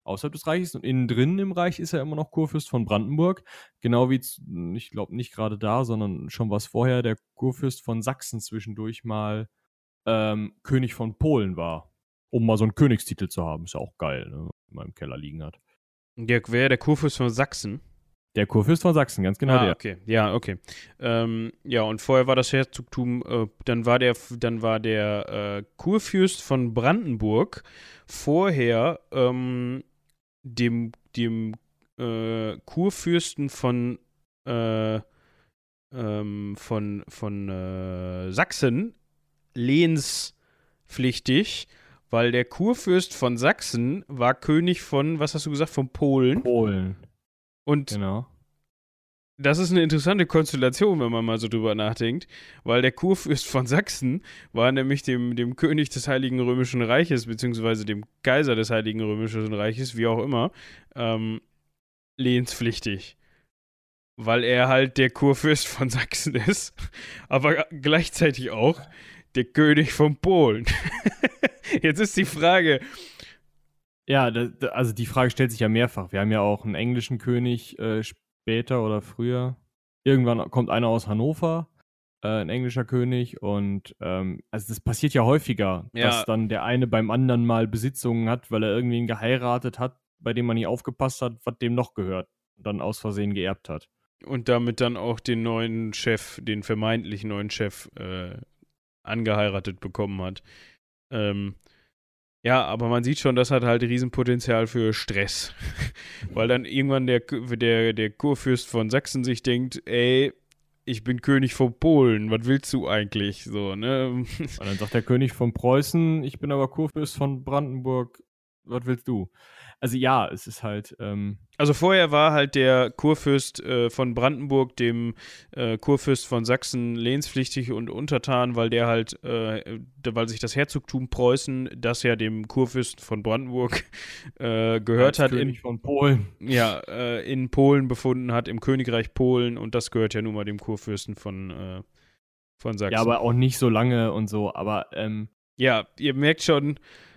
außerhalb des Reiches. Und innen drin im Reich ist er immer noch Kurfürst von Brandenburg. Genau wie, ich glaube nicht gerade da, sondern schon was vorher, der Kurfürst von Sachsen zwischendurch mal ähm, König von Polen war. Um mal so einen Königstitel zu haben. Ist ja auch geil, ne? Wenn man im Keller liegen hat. Der wäre der Kurfürst von Sachsen. Der Kurfürst von Sachsen, ganz genau ah, der. okay. Ja, okay. Ähm, ja, und vorher war das Herzogtum, äh, dann war der, dann war der äh, Kurfürst von Brandenburg vorher ähm, dem, dem äh, Kurfürsten von äh, ähm, von, von äh, Sachsen lehnspflichtig, weil der Kurfürst von Sachsen war König von, was hast du gesagt, von Polen. Polen. Und genau. Das ist eine interessante Konstellation, wenn man mal so drüber nachdenkt, weil der Kurfürst von Sachsen war nämlich dem, dem König des Heiligen Römischen Reiches, beziehungsweise dem Kaiser des Heiligen Römischen Reiches, wie auch immer, ähm, lehnspflichtig. Weil er halt der Kurfürst von Sachsen ist, aber gleichzeitig auch der König von Polen. Jetzt ist die Frage. Ja, da, da, also die Frage stellt sich ja mehrfach. Wir haben ja auch einen englischen König äh, später oder früher. Irgendwann kommt einer aus Hannover, äh, ein englischer König. Und ähm, also das passiert ja häufiger, Ja. dass dann der eine beim anderen mal Besitzungen hat, weil er irgendwen geheiratet hat, bei dem man nicht aufgepasst hat, was dem noch gehört. Und dann aus Versehen geerbt hat. Und damit dann auch den neuen Chef, den vermeintlich neuen Chef äh, angeheiratet bekommen hat. Ähm, ja, aber man sieht schon, das hat halt Riesenpotenzial für Stress. Weil dann irgendwann der, der, der Kurfürst von Sachsen sich denkt, ey, ich bin König von Polen, was willst du eigentlich? So, ne? Und dann sagt der König von Preußen, ich bin aber Kurfürst von Brandenburg, was willst du? Also ja, es ist halt... Ähm also vorher war halt der Kurfürst äh, von Brandenburg dem äh, Kurfürst von Sachsen lehnspflichtig und untertan, weil der halt, äh, weil sich das Herzogtum Preußen, das ja dem Kurfürsten von Brandenburg äh, gehört Als hat, König in, von Polen. Ja, äh, in Polen befunden hat, im Königreich Polen, und das gehört ja nun mal dem Kurfürsten von, äh, von Sachsen. Ja, aber auch nicht so lange und so, aber ähm ja, ihr merkt schon,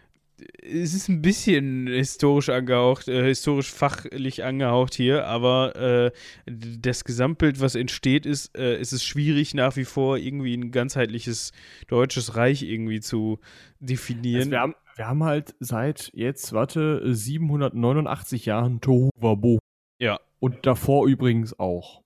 es ist ein bisschen historisch angehaucht, äh, historisch fachlich angehaucht hier, aber äh, das Gesamtbild, was entsteht, ist, äh, ist es schwierig nach wie vor irgendwie ein ganzheitliches deutsches Reich irgendwie zu definieren. Also wir, haben, wir haben halt seit jetzt, warte, siebenhundertneunundachtzig Jahren Tohuwabohu. Ja. Und davor übrigens auch.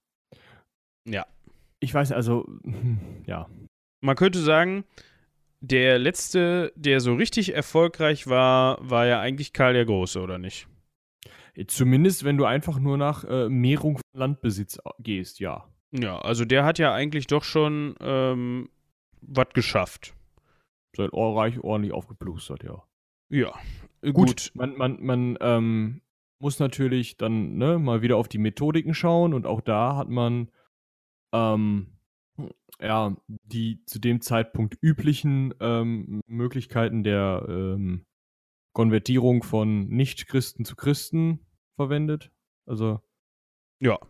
Ja. Ich weiß, also, ja. Man könnte sagen, der letzte, der so richtig erfolgreich war, war ja eigentlich Karl der Große, oder nicht? Zumindest, wenn du einfach nur nach äh, Mehrung von Landbesitz gehst, ja. Ja, also der hat ja eigentlich doch schon ähm, was geschafft. Sein Reich ordentlich aufgeplustert, ja. Ja, gut. gut. Man, man, man ähm, muss natürlich dann ne, mal wieder auf die Methodiken schauen, und auch da hat man ähm, ja, die zu dem Zeitpunkt üblichen ähm, Möglichkeiten der ähm, Konvertierung von Nicht-Christen zu Christen verwendet. Also, ja.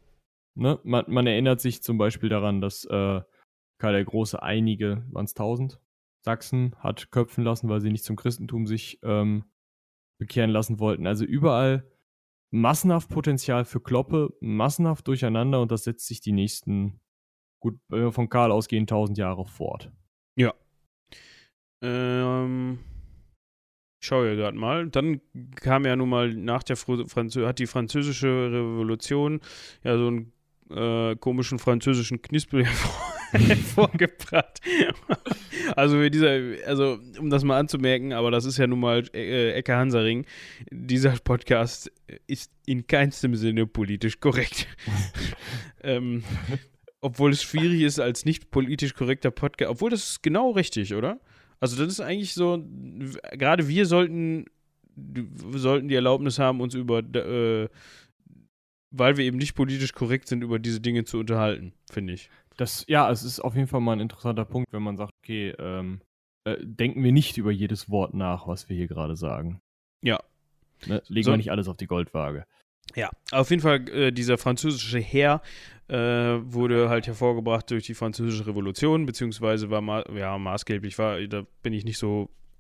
Ne, man, man erinnert sich zum Beispiel daran, dass äh, Karl der Große einige, waren es tausend, Sachsen hat köpfen lassen, weil sie nicht zum Christentum sich ähm, bekehren lassen wollten. Also überall massenhaft Potenzial für Kloppe, massenhaft durcheinander, und das setzt sich die nächsten, gut, wenn wir von Karl ausgehen, tausend Jahre fort. Ja. Ähm, ich schaue ja gerade mal. Dann kam ja nun mal nach der Franzö- hat die französische Revolution ja so einen äh, komischen französischen Knispel hervorgebracht. Also, für dieser, also, um das mal anzumerken, aber das ist ja nun mal äh, Ecke Hansaring, dieser Podcast ist in keinstem Sinne politisch korrekt. ähm, obwohl es schwierig ist als nicht politisch korrekter Podcast, obwohl das ist genau richtig, oder? Also das ist eigentlich so, gerade wir sollten, wir sollten die Erlaubnis haben, uns über, äh, weil wir eben nicht politisch korrekt sind, über diese Dinge zu unterhalten, finde ich. Das, ja, es ist auf jeden Fall mal ein interessanter Punkt, wenn man sagt, okay, ähm, äh, denken wir nicht über jedes Wort nach, was wir hier gerade sagen. Ja. Ne? Legen so, wir nicht alles auf die Goldwaage. Ja, auf jeden Fall, äh, dieser französische Heer äh, wurde halt hervorgebracht durch die französische Revolution, beziehungsweise war ma- ja, maßgeblich, war, da bin ich nicht so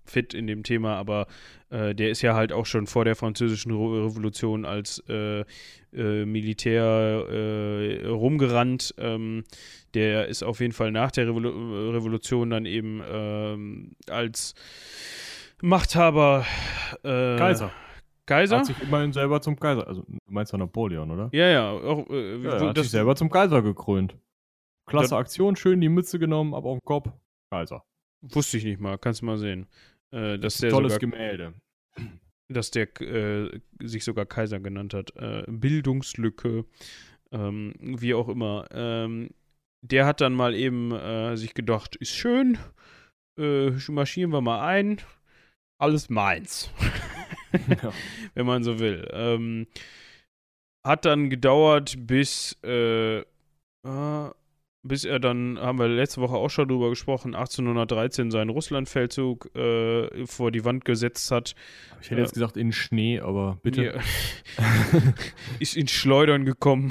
fit in dem Thema, aber äh, der ist ja halt auch schon vor der Französischen Revolution als äh, äh, Militär äh, rumgerannt. Ähm, der ist auf jeden Fall nach der Revolu- Revolution dann eben ähm, als Machthaber äh, Kaiser. Kaiser? Hat sich immerhin selber zum Kaiser, also du meinst ja Napoleon, oder? Ja, ja. Auch, äh, Ja, er hat das, sich selber zum Kaiser gekrönt. Klasse Da- Aktion, schön die Mütze genommen, ab auf den Kopf, Kaiser. Wusste ich nicht mal, kannst du mal sehen. Äh, dass der Tolles sogar, Gemälde. dass der äh, sich sogar Kaiser genannt hat. Äh, Bildungslücke, ähm, wie auch immer. Ähm, der hat dann mal eben äh, sich gedacht, ist schön, äh, marschieren wir mal ein, alles meins. Ja. Wenn man so will. Ähm, hat dann gedauert, bis äh, äh, bis er dann, haben wir letzte Woche auch schon drüber gesprochen, achtzehnhundertdreizehn seinen Russlandfeldzug äh, vor die Wand gesetzt hat. Ich hätte jetzt gesagt in Schnee, aber bitte. Ja. Ist ins Schleudern gekommen.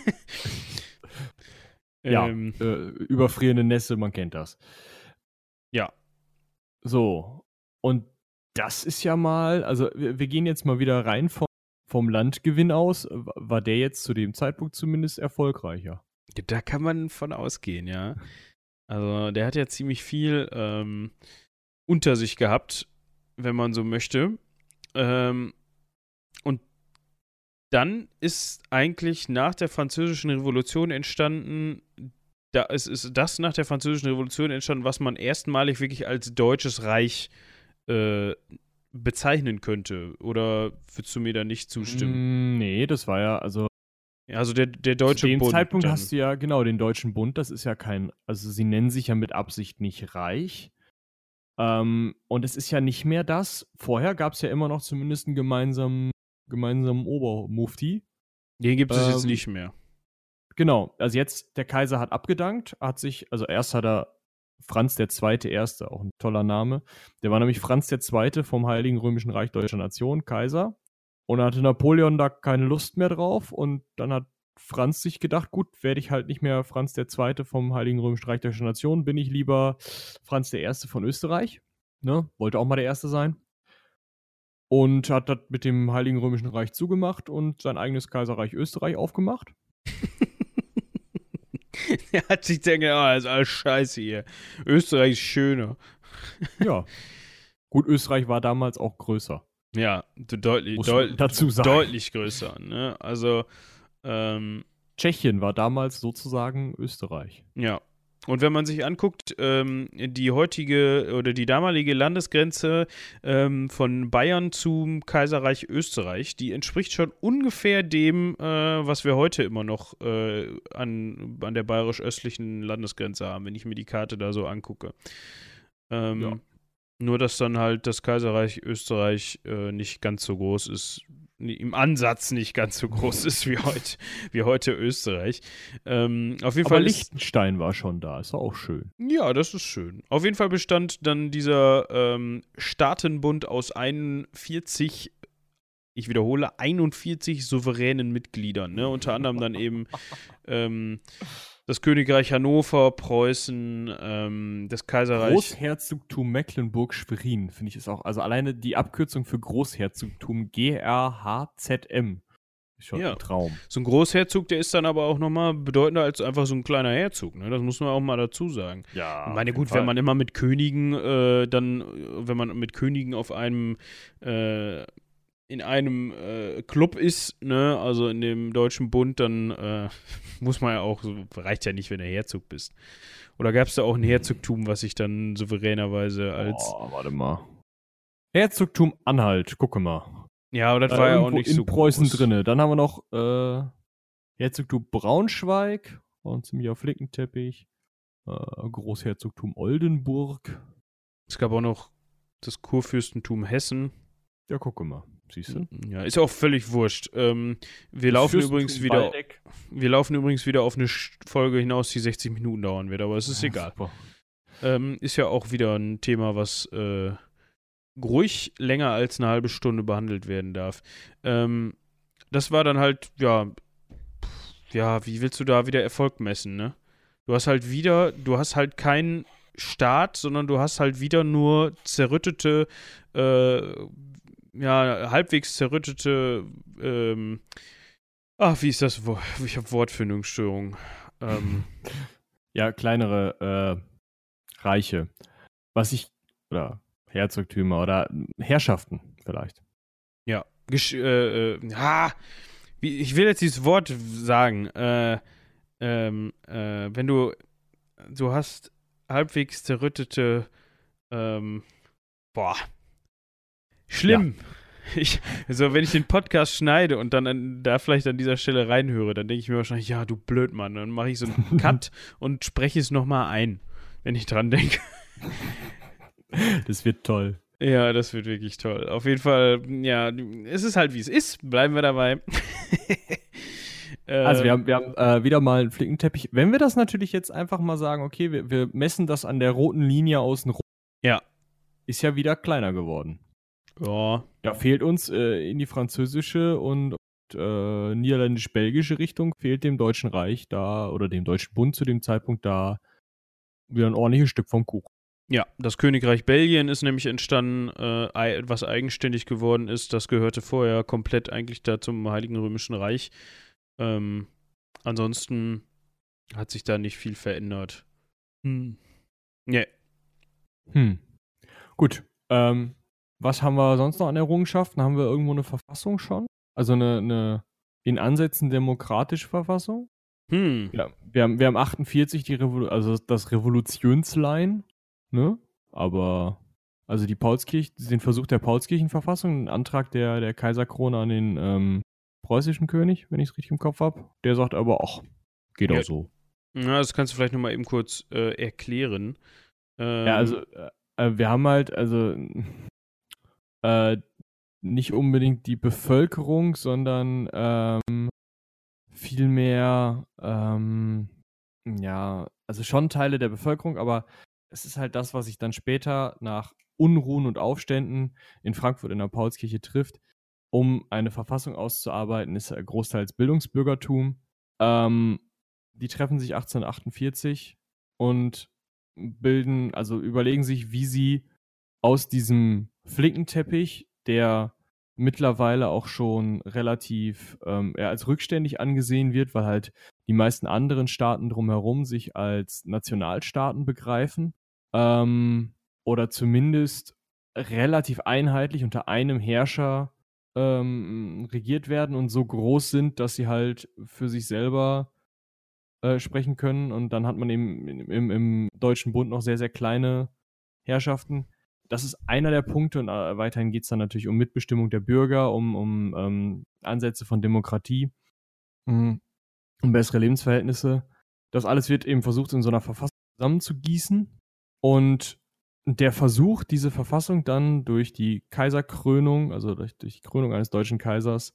Ja, ähm, äh, überfrierende Nässe, man kennt das. Ja. So, und das ist ja mal, also wir, wir gehen jetzt mal wieder rein vom, vom Landgewinn aus. War der jetzt zu dem Zeitpunkt zumindest erfolgreicher? Da kann man von ausgehen, ja. Also der hat ja ziemlich viel ähm, unter sich gehabt, wenn man so möchte. Ähm, und dann ist eigentlich nach der Französischen Revolution entstanden, da ist, ist das nach der Französischen Revolution entstanden, was man erstmalig wirklich als Deutsches Reich äh, bezeichnen könnte. Oder würdest du mir da nicht zustimmen? Mm, nee, das war ja, also Ja, also der, der Deutsche zu dem Bund. Zeitpunkt dann. hast du ja, genau, den Deutschen Bund, das ist ja kein, also sie nennen sich ja mit Absicht nicht Reich. Ähm, und es ist ja nicht mehr das. Vorher gab es ja immer noch zumindest einen gemeinsamen, gemeinsamen Obermufti. Den gibt es jetzt Ähm, nicht mehr. Genau, also jetzt, der Kaiser hat abgedankt, hat sich, also erst hat er Franz der Zweite Erste, auch ein toller Name. Der war nämlich Franz der Zweite vom Heiligen Römischen Reich Deutscher Nation, Kaiser. Und dann hatte Napoleon da keine Lust mehr drauf und dann hat Franz sich gedacht, gut, werde ich halt nicht mehr Franz der Zweite vom Heiligen Römischen Reich Deutscher Nation, bin ich lieber Franz der Erste von Österreich. Ne? Wollte auch mal der Erste sein. Und hat das mit dem Heiligen Römischen Reich zugemacht und sein eigenes Kaiserreich Österreich aufgemacht. Er hat sich gedacht, oh, das ist alles scheiße hier. Österreich ist schöner. Ja. Gut, Österreich war damals auch größer. Ja, deutlich, Muss deut man dazu sagen. deutlich größer. Ne? Also, ähm, Tschechien war damals sozusagen Österreich. ja. Und wenn man sich anguckt, ähm, die heutige oder die damalige Landesgrenze ähm, von Bayern zum Kaiserreich Österreich, die entspricht schon ungefähr dem, äh, was wir heute immer noch äh, an, an der bayerisch-östlichen Landesgrenze haben, wenn ich mir die Karte da so angucke. Ähm, Ja. Nur, dass dann halt das Kaiserreich Österreich äh, nicht ganz so groß ist, im Ansatz nicht ganz so groß ist wie heute, wie heute Österreich. Ähm, auf jeden Aber Fall ist, Liechtenstein war schon da, ist auch schön. ja, das ist schön. Auf jeden Fall bestand dann dieser ähm, Staatenbund aus einundvierzig, ich wiederhole, einundvierzig souveränen Mitgliedern. Ne? Unter anderem dann eben ähm, das Königreich Hannover, Preußen, ähm, das Kaiserreich. Großherzogtum Mecklenburg-Schwerin, finde ich, ist auch, also alleine die Abkürzung für Großherzogtum G R H Z M ist schon Ja. ein Traum. So ein Großherzog, der ist dann aber auch nochmal bedeutender als einfach so ein kleiner Herzog. Ne? Das muss man auch mal dazu sagen. Ja, Ich meine, gut, wenn man immer mit Königen, äh, dann, wenn man mit Königen auf einem, äh, in einem äh, Club ist, ne, also in dem Deutschen Bund, dann äh, muss man ja auch, so, reicht ja nicht, wenn du Herzog bist. Oder gab es da auch ein Herzogtum, was sich dann souveränerweise als. Oh, warte mal. Herzogtum Anhalt, gucke mal. Ja, aber das Äh, war ja auch irgendwo nicht in so Preußen groß. drinne. Dann haben wir noch äh, Herzogtum Braunschweig, war ein ziemlicher Flickenteppich. Äh, Großherzogtum Oldenburg. Es gab auch noch das Kurfürstentum Hessen. Ja, gucke mal. Siehst du? Ja, ist auch völlig wurscht. Ähm, wir Das laufen Fürstentum übrigens wieder. Waldeck. Wir laufen übrigens wieder auf eine Sch- Folge hinaus, die sechzig Minuten dauern wird, aber es ist Ja, egal. super. Ähm, ist ja auch wieder ein Thema, was äh, ruhig länger als eine halbe Stunde behandelt werden darf. Ähm, das war dann halt, ja, pff, ja, wie willst du da wieder Erfolg messen, ne? Du hast halt wieder, du hast halt keinen Staat, sondern du hast halt wieder nur zerrüttete, äh, ja, halbwegs zerrüttete, ähm, ach, wie ist das Wort? Ich habe Wortfindungsstörung. Ähm, ja, kleinere äh, Reiche. Was ich, oder Herzogtümer oder Herrschaften vielleicht. ja, Gesch äh, äh, ah, wie, ich will jetzt dieses Wort sagen. Äh, ähm, äh, wenn du, du hast halbwegs zerrüttete, ähm, boah, schlimm. Ja. Ich, also wenn ich den Podcast schneide und dann an, da vielleicht an dieser Stelle reinhöre, dann denke ich mir wahrscheinlich, ja, du Blödmann. Dann mache ich so einen Cut und spreche es nochmal ein, wenn ich dran denke. Das wird toll. Ja, das wird wirklich toll. Auf jeden Fall, ja, es ist halt wie es ist. Bleiben wir dabei. Also wir haben, wir haben äh, wieder mal einen Flickenteppich. Wenn wir das natürlich jetzt einfach mal sagen, okay, wir, wir messen das an der roten Linie außen rum. Ja. Ist ja wieder kleiner geworden. Ja. Ja, fehlt uns äh, in die französische und äh, niederländisch-belgische Richtung, fehlt dem Deutschen Reich da oder dem Deutschen Bund zu dem Zeitpunkt da wieder ein ordentliches Stück vom Kuchen. Ja, das Königreich Belgien ist nämlich entstanden, äh, was eigenständig geworden ist. Das gehörte vorher komplett eigentlich da zum Heiligen Römischen Reich. Ähm, ansonsten hat sich da nicht viel verändert. Hm. Nee. Hm. Gut. Ähm, was haben wir sonst noch an Errungenschaften? Haben wir irgendwo eine Verfassung schon? Also eine, eine in Ansätzen demokratische Verfassung? Hm. Ja, wir haben, wir haben achtundvierzig die Revolu- also das Revolutionslein, ne? Aber also die Paulskirche, den Versuch der Paulskirchenverfassung, ein Antrag der, der Kaiserkrone an den ähm, preußischen König, wenn ich es richtig im Kopf habe. Der sagt aber, ach, geht ja. auch so. Na, das kannst du vielleicht nochmal eben kurz äh, erklären. Ähm, ja, also äh, wir haben halt, also äh, nicht unbedingt die Bevölkerung, sondern ähm, vielmehr, ähm, ja, also schon Teile der Bevölkerung, aber es ist halt das, was sich dann später nach Unruhen und Aufständen in Frankfurt in der Paulskirche trifft, um eine Verfassung auszuarbeiten, ist großteils Bildungsbürgertum. Ähm, die treffen sich achtzehnhundertachtundvierzig und bilden, also überlegen sich, wie sie aus diesem Flickenteppich, der mittlerweile auch schon relativ ähm, ja, als rückständig angesehen wird, weil halt die meisten anderen Staaten drumherum sich als Nationalstaaten begreifen ähm, oder zumindest relativ einheitlich unter einem Herrscher ähm, regiert werden und so groß sind, dass sie halt für sich selber äh, sprechen können. Und dann hat man eben im, im, im Deutschen Bund noch sehr, sehr kleine Herrschaften. Das ist einer der Punkte und äh, weiterhin geht es dann natürlich um Mitbestimmung der Bürger, um, um ähm, Ansätze von Demokratie, um, um bessere Lebensverhältnisse. Das alles wird eben versucht, in so einer Verfassung zusammenzugießen und der Versuch, diese Verfassung dann durch die Kaiserkrönung, also durch, durch die Krönung eines deutschen Kaisers,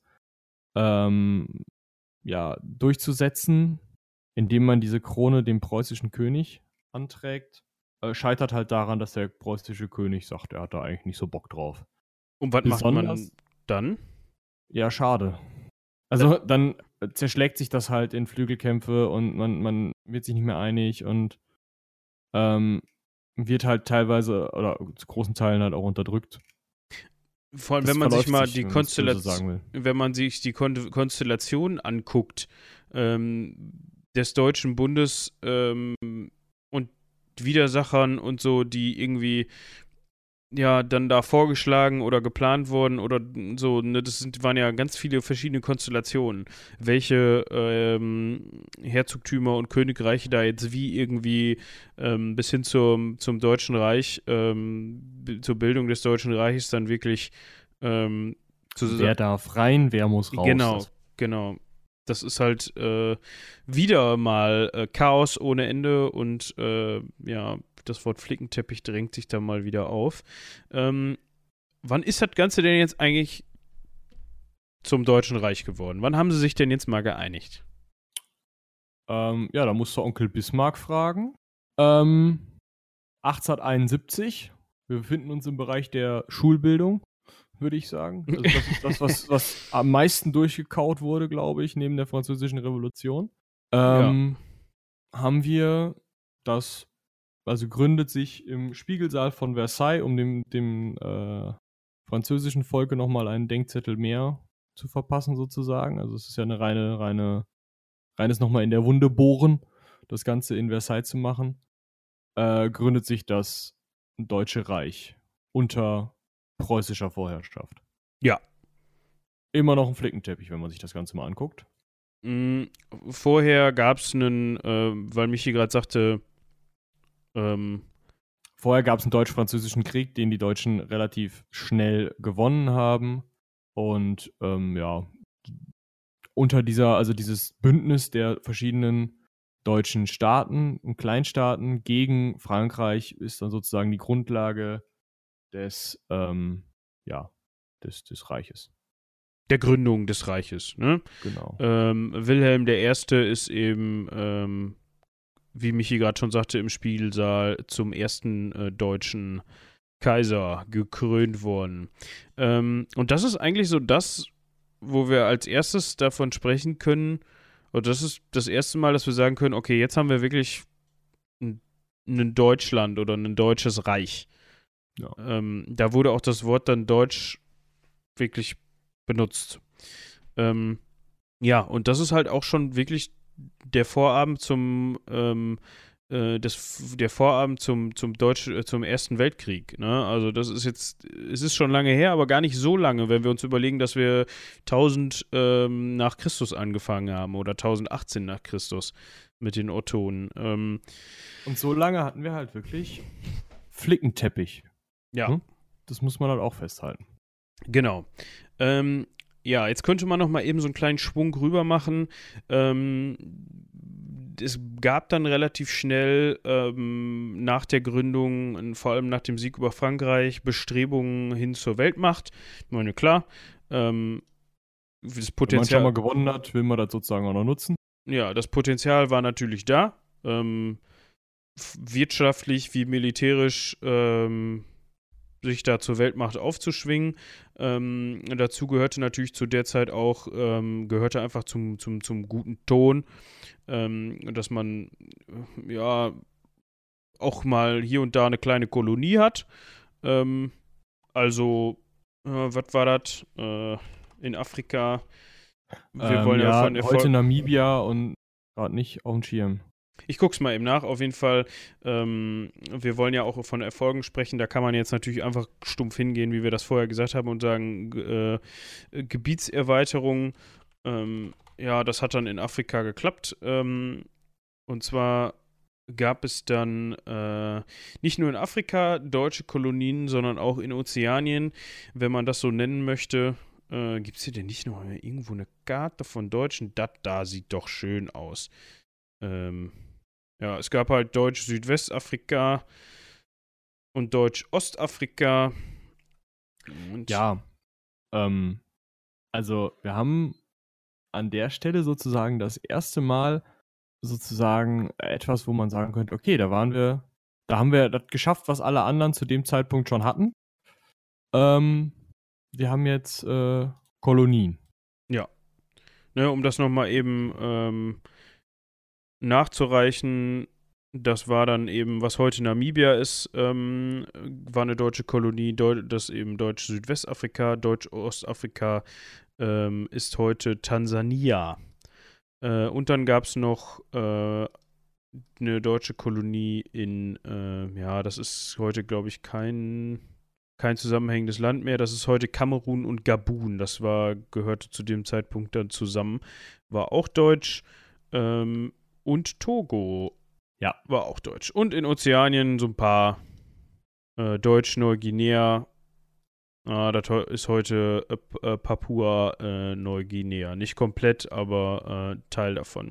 ähm, ja, durchzusetzen, indem man diese Krone dem preußischen König anträgt, äh, scheitert halt daran, dass der preußische König sagt, er hat da eigentlich nicht so Bock drauf. Und was Besonders, macht man dann? Ja, schade. Also dann zerschlägt sich das halt in Flügelkämpfe und man, man wird sich nicht mehr einig und ähm, wird halt teilweise oder zu großen Teilen halt auch unterdrückt. Vor allem, wenn man sich mal die Konstellation, wenn man sich die Kon- Konstellation anguckt, ähm, des Deutschen Bundes ähm, und Widersachern und so, die irgendwie ja dann da vorgeschlagen oder geplant wurden oder so, ne, das sind, waren ja ganz viele verschiedene Konstellationen, welche ähm, Herzogtümer und Königreiche da jetzt wie irgendwie ähm, bis hin zum, zum Deutschen Reich, ähm, b- zur Bildung des Deutschen Reiches dann wirklich ähm, zu wer darf rein, wer muss raus. Genau, das genau. Das ist halt äh, wieder mal äh, Chaos ohne Ende und äh, ja, das Wort Flickenteppich drängt sich da mal wieder auf. Ähm, wann ist das Ganze denn jetzt eigentlich zum Deutschen Reich geworden? Wann haben sie sich denn jetzt mal geeinigt? Ähm, ja, da musst du Onkel Bismarck fragen. Ähm, achtzehnhunderteinundsiebzig. Wir befinden uns im Bereich der Schulbildung, würde ich sagen. Also das ist das, was, was am meisten durchgekaut wurde, glaube ich, neben der Französischen Revolution. Ähm, ja. Haben wir das also gründet sich im Spiegelsaal von Versailles, um dem, dem äh, französischen Volke nochmal einen Denkzettel mehr zu verpassen, sozusagen. Also es ist ja eine reine, reine, reines nochmal in der Wunde bohren, das Ganze in Versailles zu machen, äh, gründet sich das Deutsche Reich unter preußischer Vorherrschaft. Ja. Immer noch ein Flickenteppich, wenn man sich das Ganze mal anguckt. Mm, vorher gab es einen, äh, weil Michi gerade sagte, ähm, Vorher gab es einen deutsch-französischen Krieg, den die Deutschen relativ schnell gewonnen haben. Und ähm, ja, unter dieser, also dieses Bündnis der verschiedenen deutschen Staaten und Kleinstaaten gegen Frankreich ist dann sozusagen die Grundlage des, ähm, ja, des, des Reiches. der Gründung des Reiches, ne? Genau. Ähm, Wilhelm der Erste ist eben, ähm, wie Michi gerade schon sagte, im Spiegelsaal zum ersten äh, deutschen Kaiser gekrönt worden. Ähm, und das ist eigentlich so das, wo wir als erstes davon sprechen können, und das ist das erste Mal, dass wir sagen können, okay, jetzt haben wir wirklich ein, ein Deutschland oder ein deutsches Reich. Ja. Ähm, da wurde auch das Wort dann Deutsch wirklich benutzt. Ähm, ja, und das ist halt auch schon wirklich der Vorabend zum ähm, äh, das, der Vorabend zum zum Deutsch, äh, zum Ersten Weltkrieg. Ne? Also das ist jetzt, es ist schon lange her, aber gar nicht so lange, wenn wir uns überlegen, dass wir tausend ähm, nach Christus angefangen haben oder tausendachtzehn nach Christus mit den Ottonen. Ähm, Und so lange hatten wir halt wirklich Flickenteppich. ja. Hm? Das muss man halt auch festhalten. Genau. Ähm, ja, jetzt könnte man noch mal eben so einen kleinen Schwung rüber machen. Ähm, es gab dann relativ schnell ähm, nach der Gründung, vor allem nach dem Sieg über Frankreich, Bestrebungen hin zur Weltmacht. Ich meine, klar, ähm, das Potenzial, wenn man schon mal gewonnen hat, will man das sozusagen auch noch nutzen. Ja, das Potenzial war natürlich da. Ähm, wirtschaftlich wie militärisch ähm, sich da zur Weltmacht aufzuschwingen. Ähm, dazu gehörte natürlich zu der Zeit auch, ähm, gehörte einfach zum, zum, zum guten Ton, ähm, dass man äh, ja auch mal hier und da eine kleine Kolonie hat. Ähm, also, äh, was war das? Äh, in Afrika. Wir ähm, wollen ja, ja von Erfolg. Heute Namibia und gerade nicht auf dem Schirm. Ich guck's mal eben nach, auf jeden Fall. Ähm, wir wollen ja auch von Erfolgen sprechen. Da kann man jetzt natürlich einfach stumpf hingehen, wie wir das vorher gesagt haben, und sagen, äh, Gebietserweiterung. Ähm, ja, das hat dann in Afrika geklappt. Ähm, und zwar gab es dann äh, nicht nur in Afrika deutsche Kolonien, sondern auch in Ozeanien, wenn man das so nennen möchte. Äh, Gibt es hier denn nicht noch irgendwo eine Karte von Deutschen? Das da sieht doch schön aus. Ähm, ja, es gab halt Deutsch-Südwestafrika und Deutsch-Ostafrika. Und Ja, ähm, also wir haben an der Stelle sozusagen das erste Mal sozusagen etwas, wo man sagen könnte, okay, da waren wir, da haben wir das geschafft, was alle anderen zu dem Zeitpunkt schon hatten. Ähm, wir haben jetzt äh, Kolonien. Ja. Ne, um das nochmal eben ähm, nachzureichen, das war dann eben, was heute Namibia ist, ähm, war eine deutsche Kolonie, Deu- das eben Deutsch-Südwestafrika, Deutsch-Ostafrika ähm, ist heute Tansania. Äh, und dann gab es noch äh, eine deutsche Kolonie in, äh, ja, das ist heute, glaube ich, kein, kein zusammenhängendes Land mehr. Das ist heute Kamerun und Gabun. Das war, gehörte zu dem Zeitpunkt dann zusammen. War auch deutsch. Ähm, und Togo. Ja. War auch deutsch. Und in Ozeanien so ein paar äh, Deutsch, Neuguinea. Ah, das ist heute äh, äh, Papua äh, Neuguinea. Nicht komplett, aber äh, Teil davon.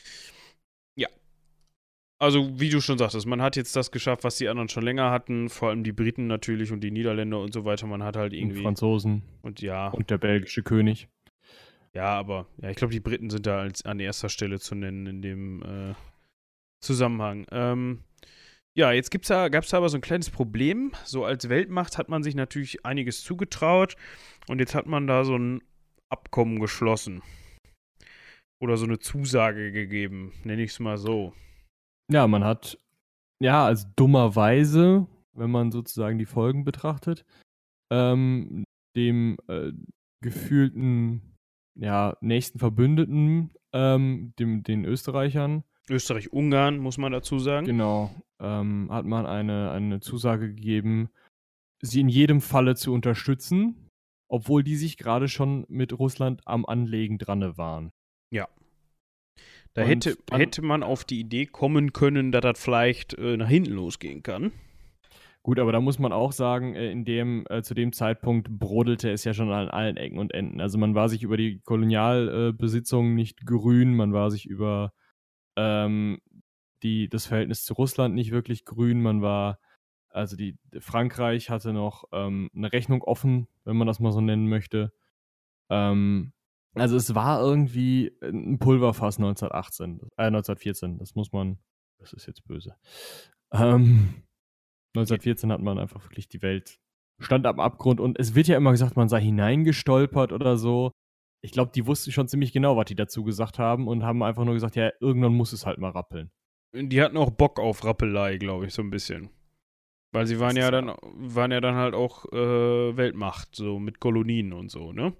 Ja. Also, wie du schon sagtest, man hat jetzt das geschafft, was die anderen schon länger hatten. Vor allem die Briten natürlich und die Niederländer und so weiter. Man hat halt irgendwie. Und Franzosen. Und ja. Und der belgische König. Ja, aber ja, ich glaube, die Briten sind da als, an erster Stelle zu nennen in dem äh, Zusammenhang. Ähm, ja, jetzt gibt's da, gab es da aber so ein kleines Problem. So als Weltmacht hat man sich natürlich einiges zugetraut und jetzt hat man da so ein Abkommen geschlossen. Oder so eine Zusage gegeben, nenne ich es mal so. Ja, man hat ja, also dummerweise, wenn man sozusagen die Folgen betrachtet, ähm, dem äh, gefühlten, ja, nächsten Verbündeten, ähm, dem, den Österreichern, Österreich-Ungarn, muss man dazu sagen. genau, ähm, hat man eine, eine Zusage gegeben, sie in jedem Falle zu unterstützen, obwohl die sich gerade schon mit Russland am Anlegen dran waren. Ja. Da Und hätte, man- hätte man auf die Idee kommen können, dass das vielleicht äh, nach hinten losgehen kann. Gut, aber da muss man auch sagen, äh, in dem, äh, zu dem Zeitpunkt brodelte es ja schon an allen Ecken und Enden. Also man war sich über die Kolonialbesitzung nicht grün, man war sich über ähm, die, das Verhältnis zu Russland nicht wirklich grün, man war, also die Frankreich hatte noch ähm, eine Rechnung offen, wenn man das mal so nennen möchte. Ähm, also es war irgendwie ein Pulverfass neunzehnhundertachtzehn, äh, neunzehnhundertvierzehn, das muss man, das ist jetzt böse. Ähm, neunzehnhundertvierzehn hat man einfach wirklich die Welt, stand am Abgrund und es wird ja immer gesagt, man sei hineingestolpert oder so. Ich glaube, die wussten schon ziemlich genau, was die dazu gesagt haben und haben einfach nur gesagt, ja, irgendwann muss es halt mal rappeln. Die hatten auch Bock auf Rappelei, glaube ich, so ein bisschen. Weil sie waren Das ja ist dann, ja- waren ja dann halt auch äh, Weltmacht, so mit Kolonien und so, ne?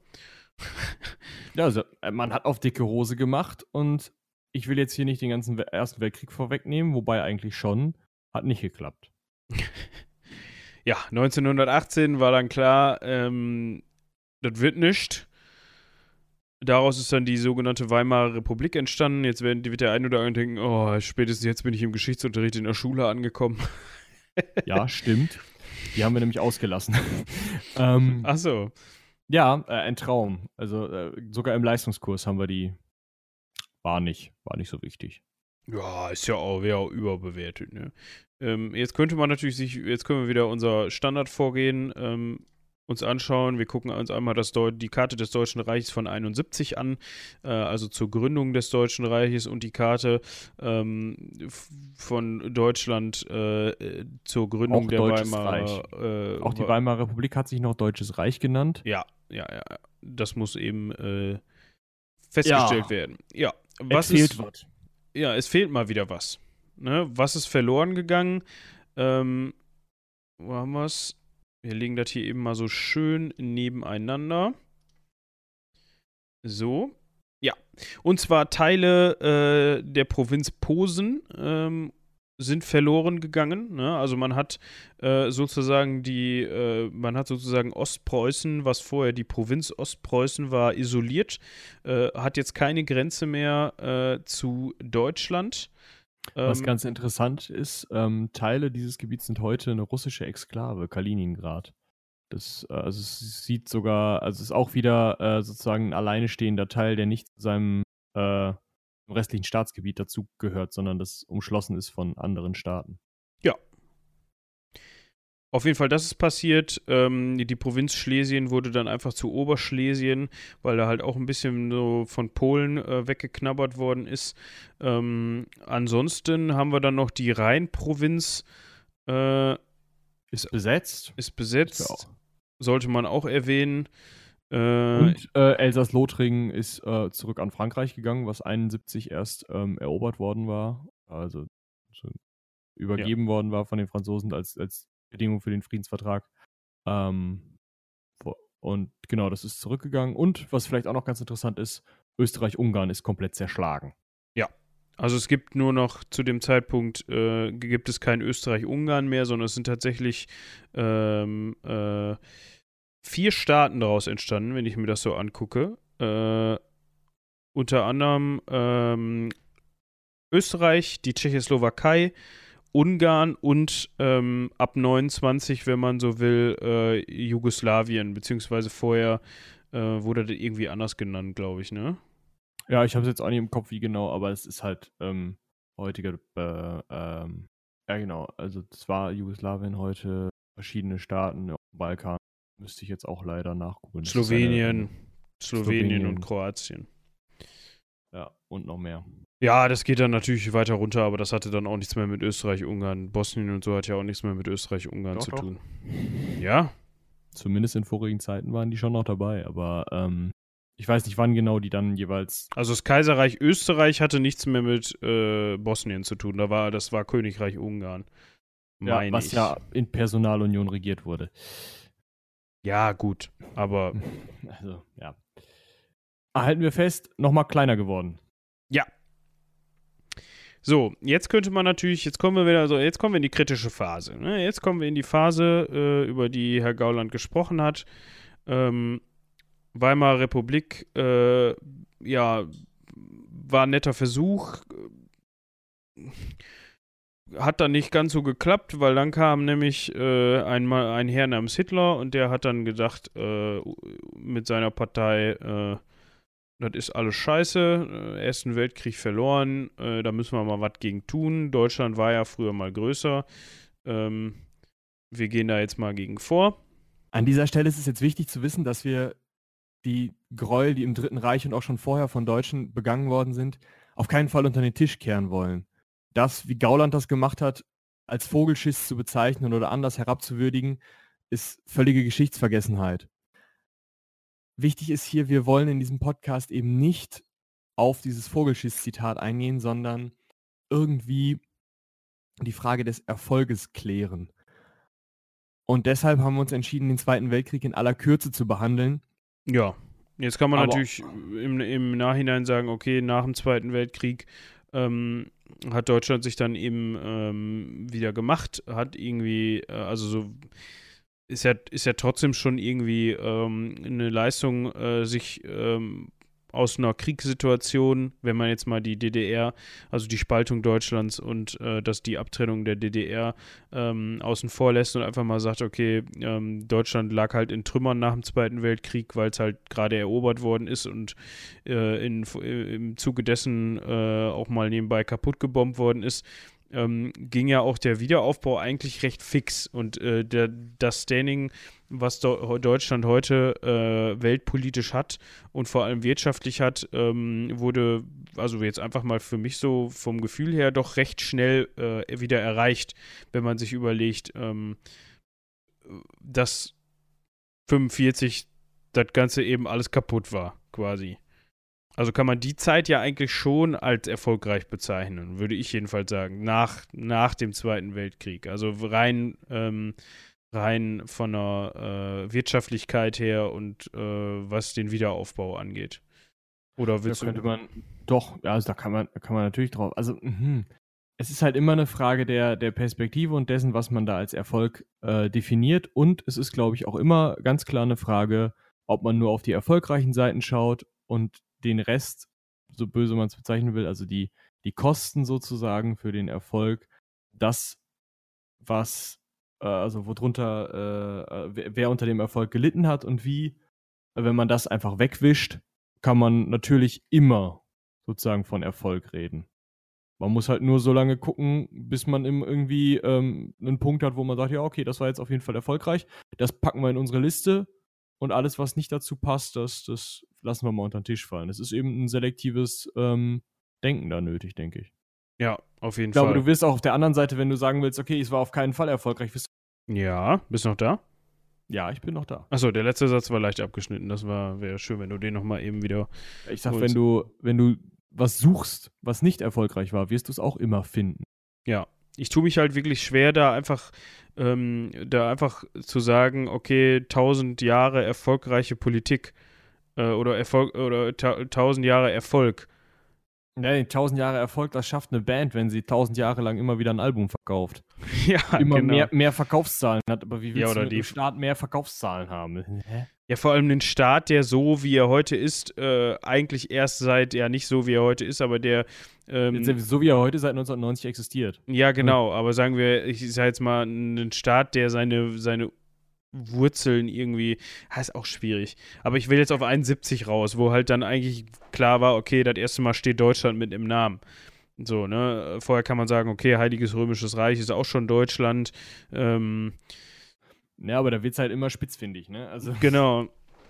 Ja, also äh, man hat auf dicke Hose gemacht und ich will jetzt hier nicht den ganzen We- Ersten Weltkrieg vorwegnehmen, wobei eigentlich schon, hat nicht geklappt. Ja, neunzehnhundertachtzehn war dann klar, ähm, das wird nichts. Daraus ist dann die sogenannte Weimarer Republik entstanden. Jetzt werden, wird der ein oder andere denken, oh, spätestens jetzt bin ich im Geschichtsunterricht in der Schule angekommen. Ja, stimmt. Die haben wir nämlich ausgelassen. ähm, Ach so. ja, äh, ein Traum. Also äh, sogar im Leistungskurs haben wir die, war nicht, war nicht so wichtig. Ja, ist ja auch, wäre auch überbewertet, ne? Ähm, jetzt könnte man natürlich sich, jetzt können wir wieder unser Standardvorgehen ähm, uns anschauen. Wir gucken uns einmal das Deu die Karte des Deutschen Reiches von einundsiebzig an, äh, also zur Gründung des Deutschen Reiches und die Karte ähm, von Deutschland äh, zur Gründung Auch der Deutsches Weimarer. Äh, Auch die Weimarer Republik hat sich noch Deutsches Reich genannt. Ja, ja, ja. Das muss eben äh, festgestellt Ja. werden. Ja, Was was fehlt ist, was? ja, es fehlt mal wieder was. Ne? Was ist verloren gegangen? Ähm, wo haben wir es? Wir legen das hier eben mal so schön nebeneinander. So. Ja. Und zwar Teile äh, der Provinz Posen ähm, sind verloren gegangen. Ne? Also man hat äh, sozusagen die, äh, man hat sozusagen Ostpreußen, was vorher die Provinz Ostpreußen war, isoliert, äh, hat jetzt keine Grenze mehr äh, zu Deutschland. Was Ähm, ganz interessant ist, ähm, Teile dieses Gebiets sind heute eine russische Exklave, Kaliningrad. Das, äh, also es sieht sogar, also es ist auch wieder äh, sozusagen ein alleinstehender Teil, der nicht zu seinem äh, restlichen Staatsgebiet dazugehört, sondern das umschlossen ist von anderen Staaten. Ja. Auf jeden Fall, das ist passiert. Ähm, die Provinz Schlesien wurde dann einfach zu Oberschlesien, weil da halt auch ein bisschen so von Polen äh, weggeknabbert worden ist. Ähm, ansonsten haben wir dann noch die Rheinprovinz. Äh, Ist besetzt. ist besetzt. Ist ja auch. Sollte man auch erwähnen. Äh, Und äh, Elsass-Lothringen ist äh, zurück an Frankreich gegangen, was einundsiebzig erst ähm, erobert worden war. Also so übergeben ja. worden war von den Franzosen als, als Bedingung für den Friedensvertrag. Ähm, und genau, das ist zurückgegangen. Und was vielleicht auch noch ganz interessant ist, Österreich-Ungarn ist komplett zerschlagen. Ja, also es gibt nur noch zu dem Zeitpunkt, äh, gibt es kein Österreich-Ungarn mehr, sondern es sind tatsächlich ähm, äh, vier Staaten daraus entstanden, wenn ich mir das so angucke. Äh, unter anderem ähm, Österreich, die Tschechoslowakei, Ungarn und ähm, ab neunundzwanzig, wenn man so will, äh, Jugoslawien, beziehungsweise vorher äh, wurde das irgendwie anders genannt, glaube ich, ne? Ja, ich habe es jetzt auch nicht im Kopf, wie genau, aber es ist halt ähm, heutiger, äh, ähm, ja genau, also es war Jugoslawien heute, verschiedene Staaten auf dem Balkan, müsste ich jetzt auch leider nachgucken. Das Slowenien, eine, Slowenien, Slowenien und Kroatien. Ja, und noch mehr. Ja, das geht dann natürlich weiter runter, aber das hatte dann auch nichts mehr mit Österreich-Ungarn. Bosnien und so hat ja auch nichts mehr mit Österreich-Ungarn Doch, zu doch. tun. Ja? Zumindest in vorigen Zeiten waren die schon noch dabei, aber ähm, Ich weiß nicht, wann genau die dann jeweils. Also das Kaiserreich Österreich hatte nichts mehr mit äh, Bosnien zu tun. Da war, das war Königreich Ungarn. Ja, was ich. ja in Personalunion regiert wurde. Ja, gut, aber. Also, ja. Halten wir fest, nochmal kleiner geworden. Ja. So, jetzt könnte man natürlich, jetzt kommen wir wieder, also jetzt kommen wir in die kritische Phase. Ne? Jetzt kommen wir in die Phase, äh, über die Herr Gauland gesprochen hat. Ähm, Weimarer Republik, äh, ja, war ein netter Versuch. Hat dann nicht ganz so geklappt, weil dann kam nämlich äh, ein, ein Herr namens Hitler und der hat dann gedacht, äh, mit seiner Partei, äh, das ist alles scheiße, äh, Ersten Weltkrieg verloren, äh, da müssen wir mal was gegen tun. Deutschland war ja früher mal größer. Ähm, wir gehen da jetzt mal gegen vor. An dieser Stelle ist es jetzt wichtig zu wissen, dass wir die Gräuel, die im Dritten Reich und auch schon vorher von Deutschen begangen worden sind, auf keinen Fall unter den Tisch kehren wollen. Das, wie Gauland das gemacht hat, als Vogelschiss zu bezeichnen oder anders herabzuwürdigen, ist völlige Geschichtsvergessenheit. Wichtig ist hier, wir wollen in diesem Podcast eben nicht auf dieses Vogelschiss-Zitat eingehen, sondern irgendwie die Frage des Erfolges klären. Und deshalb haben wir uns entschieden, den Zweiten Weltkrieg in aller Kürze zu behandeln. Ja, jetzt kann man Aber natürlich im, im Nachhinein sagen, okay, nach dem Zweiten Weltkrieg ähm, hat Deutschland sich dann eben ähm, wieder gemacht, hat irgendwie, äh, also so, ist ja, ist ja trotzdem schon irgendwie ähm, eine Leistung, äh, sich ähm, aus einer Kriegssituation, wenn man jetzt mal die D D R, also die Spaltung Deutschlands und äh, dass die Abtrennung der D D R ähm, außen vor lässt und einfach mal sagt, okay, ähm, Deutschland lag halt in Trümmern nach dem Zweiten Weltkrieg, weil es halt gerade erobert worden ist und äh, in, im Zuge dessen äh, auch mal nebenbei kaputt gebombt worden ist. Ähm, ging ja auch der Wiederaufbau eigentlich recht fix und äh, der, das Standing, was Do- Deutschland heute äh, weltpolitisch hat und vor allem wirtschaftlich hat, ähm, wurde, also jetzt einfach mal für mich so vom Gefühl her doch recht schnell äh, wieder erreicht, wenn man sich überlegt, ähm, dass fünfundvierzig das Ganze eben alles kaputt war, quasi. Also kann man die Zeit ja eigentlich schon als erfolgreich bezeichnen, würde ich jedenfalls sagen, nach, nach dem Zweiten Weltkrieg. Also rein, ähm, rein von der äh, Wirtschaftlichkeit her und äh, was den Wiederaufbau angeht. Oder willst da könnte du... man doch, ja, also da kann man, da kann man natürlich drauf. Also mh. es ist halt immer eine Frage der, der Perspektive und dessen, was man da als Erfolg äh, definiert. Und es ist, glaube ich, auch immer ganz klar eine Frage, ob man nur auf die erfolgreichen Seiten schaut und den Rest, so böse man es bezeichnen will, also die, die Kosten sozusagen für den Erfolg, das, was, äh, also worunter, äh, wer, wer unter dem Erfolg gelitten hat und wie, wenn man das einfach wegwischt, kann man natürlich immer sozusagen von Erfolg reden. Man muss halt nur so lange gucken, bis man im irgendwie ähm, einen Punkt hat, wo man sagt, ja, okay, das war jetzt auf jeden Fall erfolgreich, das packen wir in unsere Liste und alles, was nicht dazu passt, das, das lassen wir mal unter den Tisch fallen. Es ist eben ein selektives ähm, Denken da nötig, denke ich. Ja, auf jeden Ich glaube, Fall. du wirst auch auf der anderen Seite, wenn du sagen willst, okay, es war auf keinen Fall erfolgreich. Wirst Ja, bist du noch da? ja, ich bin noch da. Achso, der letzte Satz war leicht abgeschnitten. Das war, wäre schön, wenn du den nochmal eben wieder... Ich sag, wenn du, wenn du was suchst, was nicht erfolgreich war, wirst du es auch immer finden. Ja, ich tue mich halt wirklich schwer, da einfach, ähm, da einfach zu sagen, okay, tausend Jahre erfolgreiche Politik äh, oder Erfolg oder ta- tausend Jahre Erfolg. Ja, tausend Jahre Erfolg, das schafft eine Band, wenn sie tausend Jahre lang immer wieder ein Album verkauft. Ja, immer genau. mehr, mehr Verkaufszahlen hat, aber wie willst Ja, du oder mit die- dem Staat mehr Verkaufszahlen haben? Hä? Ja, vor allem den Staat, der so, wie er heute ist, äh, eigentlich erst seit, ja nicht so, wie er heute ist, aber der ähm, So wie er heute seit neunzehnhundertneunzig existiert. ja, genau, aber sagen wir, ich sage jetzt mal, einen Staat, der seine, seine Wurzeln irgendwie, das ist auch schwierig. Aber ich will jetzt auf einundsiebzig raus, wo halt dann eigentlich klar war, okay, das erste Mal steht Deutschland mit im Namen. So, ne? Vorher kann man sagen, okay, Heiliges Römisches Reich ist auch schon Deutschland. Ähm, Ja, aber da wird es halt immer spitzfindig, ne? Also, genau.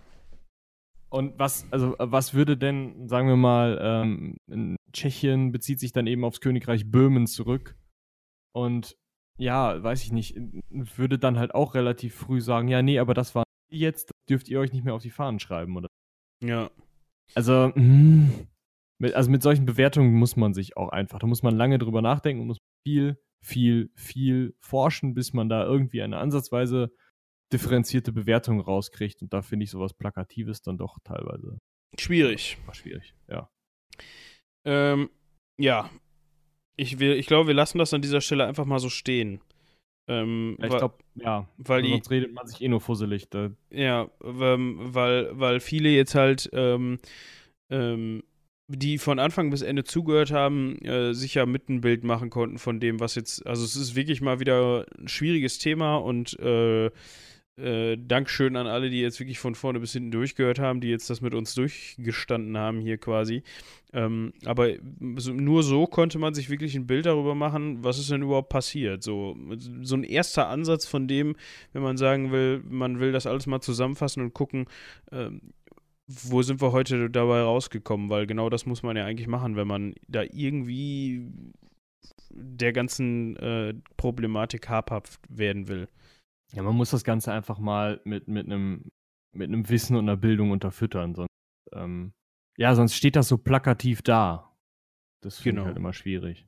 und was, also, was würde denn, sagen wir mal, ähm, in Tschechien bezieht sich dann eben aufs Königreich Böhmen zurück und ja, weiß ich nicht, würde dann halt auch relativ früh sagen, ja, nee, aber das war jetzt, das dürft ihr euch nicht mehr auf die Fahnen schreiben, oder? Ja. Also, mh, mit, also mit solchen Bewertungen muss man sich auch einfach, da muss man lange drüber nachdenken und muss viel, viel, viel forschen, bis man da irgendwie eine ansatzweise differenzierte Bewertung rauskriegt. Und da finde ich sowas Plakatives dann doch teilweise Schwierig. War schwierig, ja. Ähm, ja. Ich, will, ich glaube, wir lassen das an dieser Stelle einfach mal so stehen. Ähm, ja ich wa- glaube, ja, weil die, sonst redet man sich eh nur fusselig. Da, ja, ähm, weil, weil viele jetzt halt, ähm, ähm, die von Anfang bis Ende zugehört haben, äh, sich ja mit ein Bild machen konnten von dem, was jetzt, also es ist wirklich mal wieder ein schwieriges Thema und äh, äh, Dankeschön an alle, die jetzt wirklich von vorne bis hinten durchgehört haben, die jetzt das mit uns durchgestanden haben hier quasi. Ähm, aber so, nur so konnte man sich wirklich ein Bild darüber machen, was ist denn überhaupt passiert. So, so ein erster Ansatz von dem, wenn man sagen will, man will das alles mal zusammenfassen und gucken, ähm, wo sind wir heute dabei rausgekommen, weil genau das muss man ja eigentlich machen, wenn man da irgendwie der ganzen äh, Problematik habhaft werden will. ja, man muss das Ganze einfach mal mit, mit einem mit einem Wissen und einer Bildung unterfüttern. Sonst, ähm, ja, sonst steht das so plakativ da. Das finde Genau. ich halt immer schwierig.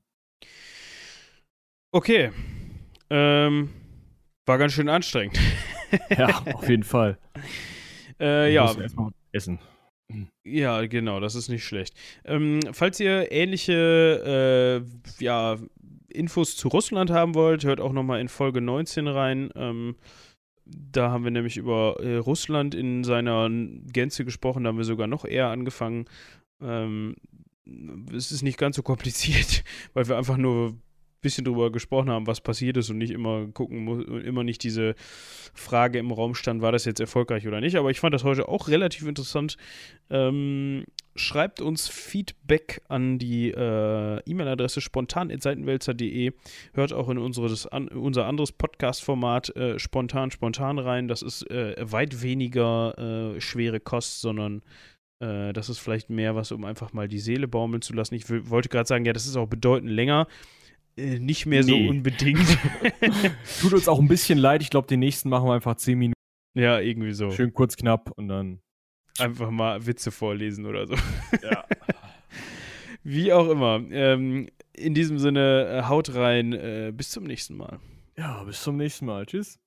Okay. Ähm, war ganz schön anstrengend. Ja, auf jeden Fall. äh, ja. Erstmal essen. Ja, genau, das ist nicht schlecht. Ähm, falls ihr ähnliche äh, ja, Infos zu Russland haben wollt, hört auch nochmal in Folge neunzehn rein. Ähm, da haben wir nämlich über äh, Russland in seiner Gänze gesprochen, da haben wir sogar noch eher angefangen. Ähm, es ist nicht ganz so kompliziert, weil wir einfach nur ein bisschen drüber gesprochen haben, was passiert ist und nicht immer gucken muss, immer nicht diese Frage im Raum stand, war das jetzt erfolgreich oder nicht. Aber ich fand das heute auch relativ interessant. Ähm, schreibt uns Feedback an die äh, E-Mail-Adresse spontan at seitenwälzer punkt de. Hört auch in unseres, an, unser anderes Podcast-Format äh, spontan spontan rein. Das ist äh, weit weniger äh, schwere Kost, sondern äh, das ist vielleicht mehr was, um einfach mal die Seele baumeln zu lassen. Ich w- wollte gerade sagen, ja, das ist auch bedeutend länger. Äh, nicht mehr Nee. so unbedingt. Tut uns auch ein bisschen leid. Ich glaube, den nächsten machen wir einfach zehn Minuten. Ja, irgendwie so. Schön kurz, knapp und dann. Einfach mal Witze vorlesen oder so. Ja. Wie auch immer. Ähm, in diesem Sinne, äh, haut rein. Äh, bis zum nächsten Mal. Ja, bis zum nächsten Mal. Tschüss.